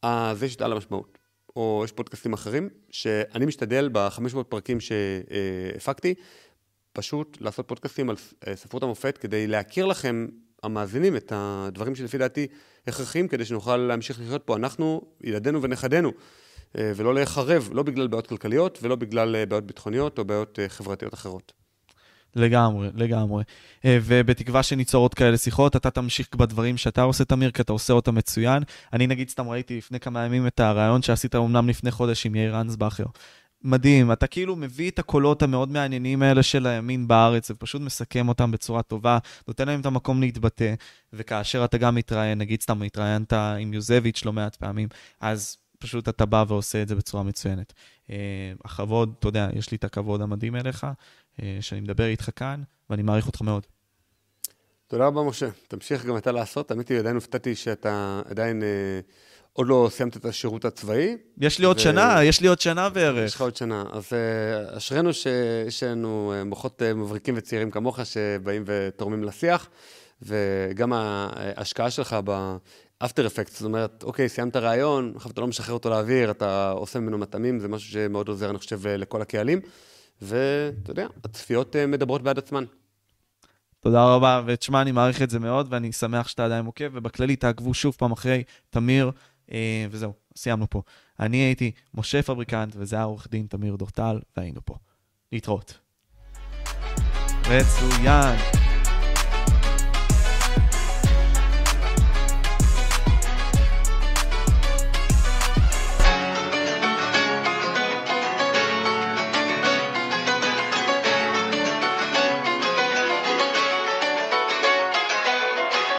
אז יש את על המשמעות. או יש פודקאסטים אחרים, שאני משתדל ב-חמש מאות פרקים שהפקתי, פשוט לעשות פודקאסטים על ספרות המופת, כדי להכיר לכם, המאזינים, את הדברים שלפי דעתי הכרחיים, כדי שנוכל להמשיך לחיות פה, אנחנו, ילדינו ונכדינו, ולא להיחרב, לא בגלל בעיות כלכליות, ולא בגלל בעיות ביטחוניות, או בעיות חברתיות אחרות. לגמרי, לגמרי. ובתקווה שניצור עוד כאלה שיחות, אתה תמשיך בדברים שאתה עושה, תמיר, כי אתה עושה אותה מצוין. אני נגיד סתם ראיתי לפני כמה ימים את הרעיון שעשית אומנם לפני חודש עם יאיר אנסבכר. מדהים, אתה כאילו מביא את הקולות המאוד מעניינים האלה של הימין בארץ, ופשוט מסכם אותם בצורה טובה, נותן להם את המקום להתבטא, וכאשר אתה גם מתראיין, נגיד סתם התראיינת עם יוזביץ' לא מעט פעמים, אז פשוט אתה בא ועושה את זה בצורה מצוינת. הכבוד, אתה יודע, יש לי את הכבוד המדהים אליך, שאני מדבר איתך כאן, ואני מעריך אותך מאוד. תודה רבה, משה. תמשיך גם אתה לעשות. האמת היא, עדיין הופתעתי שאתה עדיין אה, עוד לא סיימת את השירות הצבאי. יש לי עוד ו... שנה, יש לי עוד שנה בערך. יש לך עוד שנה. אז אה, אשרנו שיש לנו אה, מוחות אה, מבריקים וצעירים כמוך, שבאים ותורמים לשיח, וגם ההשקעה שלך באפטר אפקט, זאת אומרת, אוקיי, סיימת רעיון, עכשיו אתה לא משחרר אותו לאוויר, אתה עושה ממנו מטעמים, זה משהו שמאוד עוזר, אני חושב, לכל הקהלים. ואתה יודע, הצפיות מדברות בעד עצמן. תודה רבה, ותשמע, אני מעריך את זה מאוד, ואני שמח שאתה עדיין עוקב, ובכללי תעקבו שוב פעם אחרי תמיר, וזהו, סיימנו פה. אני הייתי משה פבריקנט, וזה העורך דין תמיר דורטל, והיינו פה. להתראות. מצוין.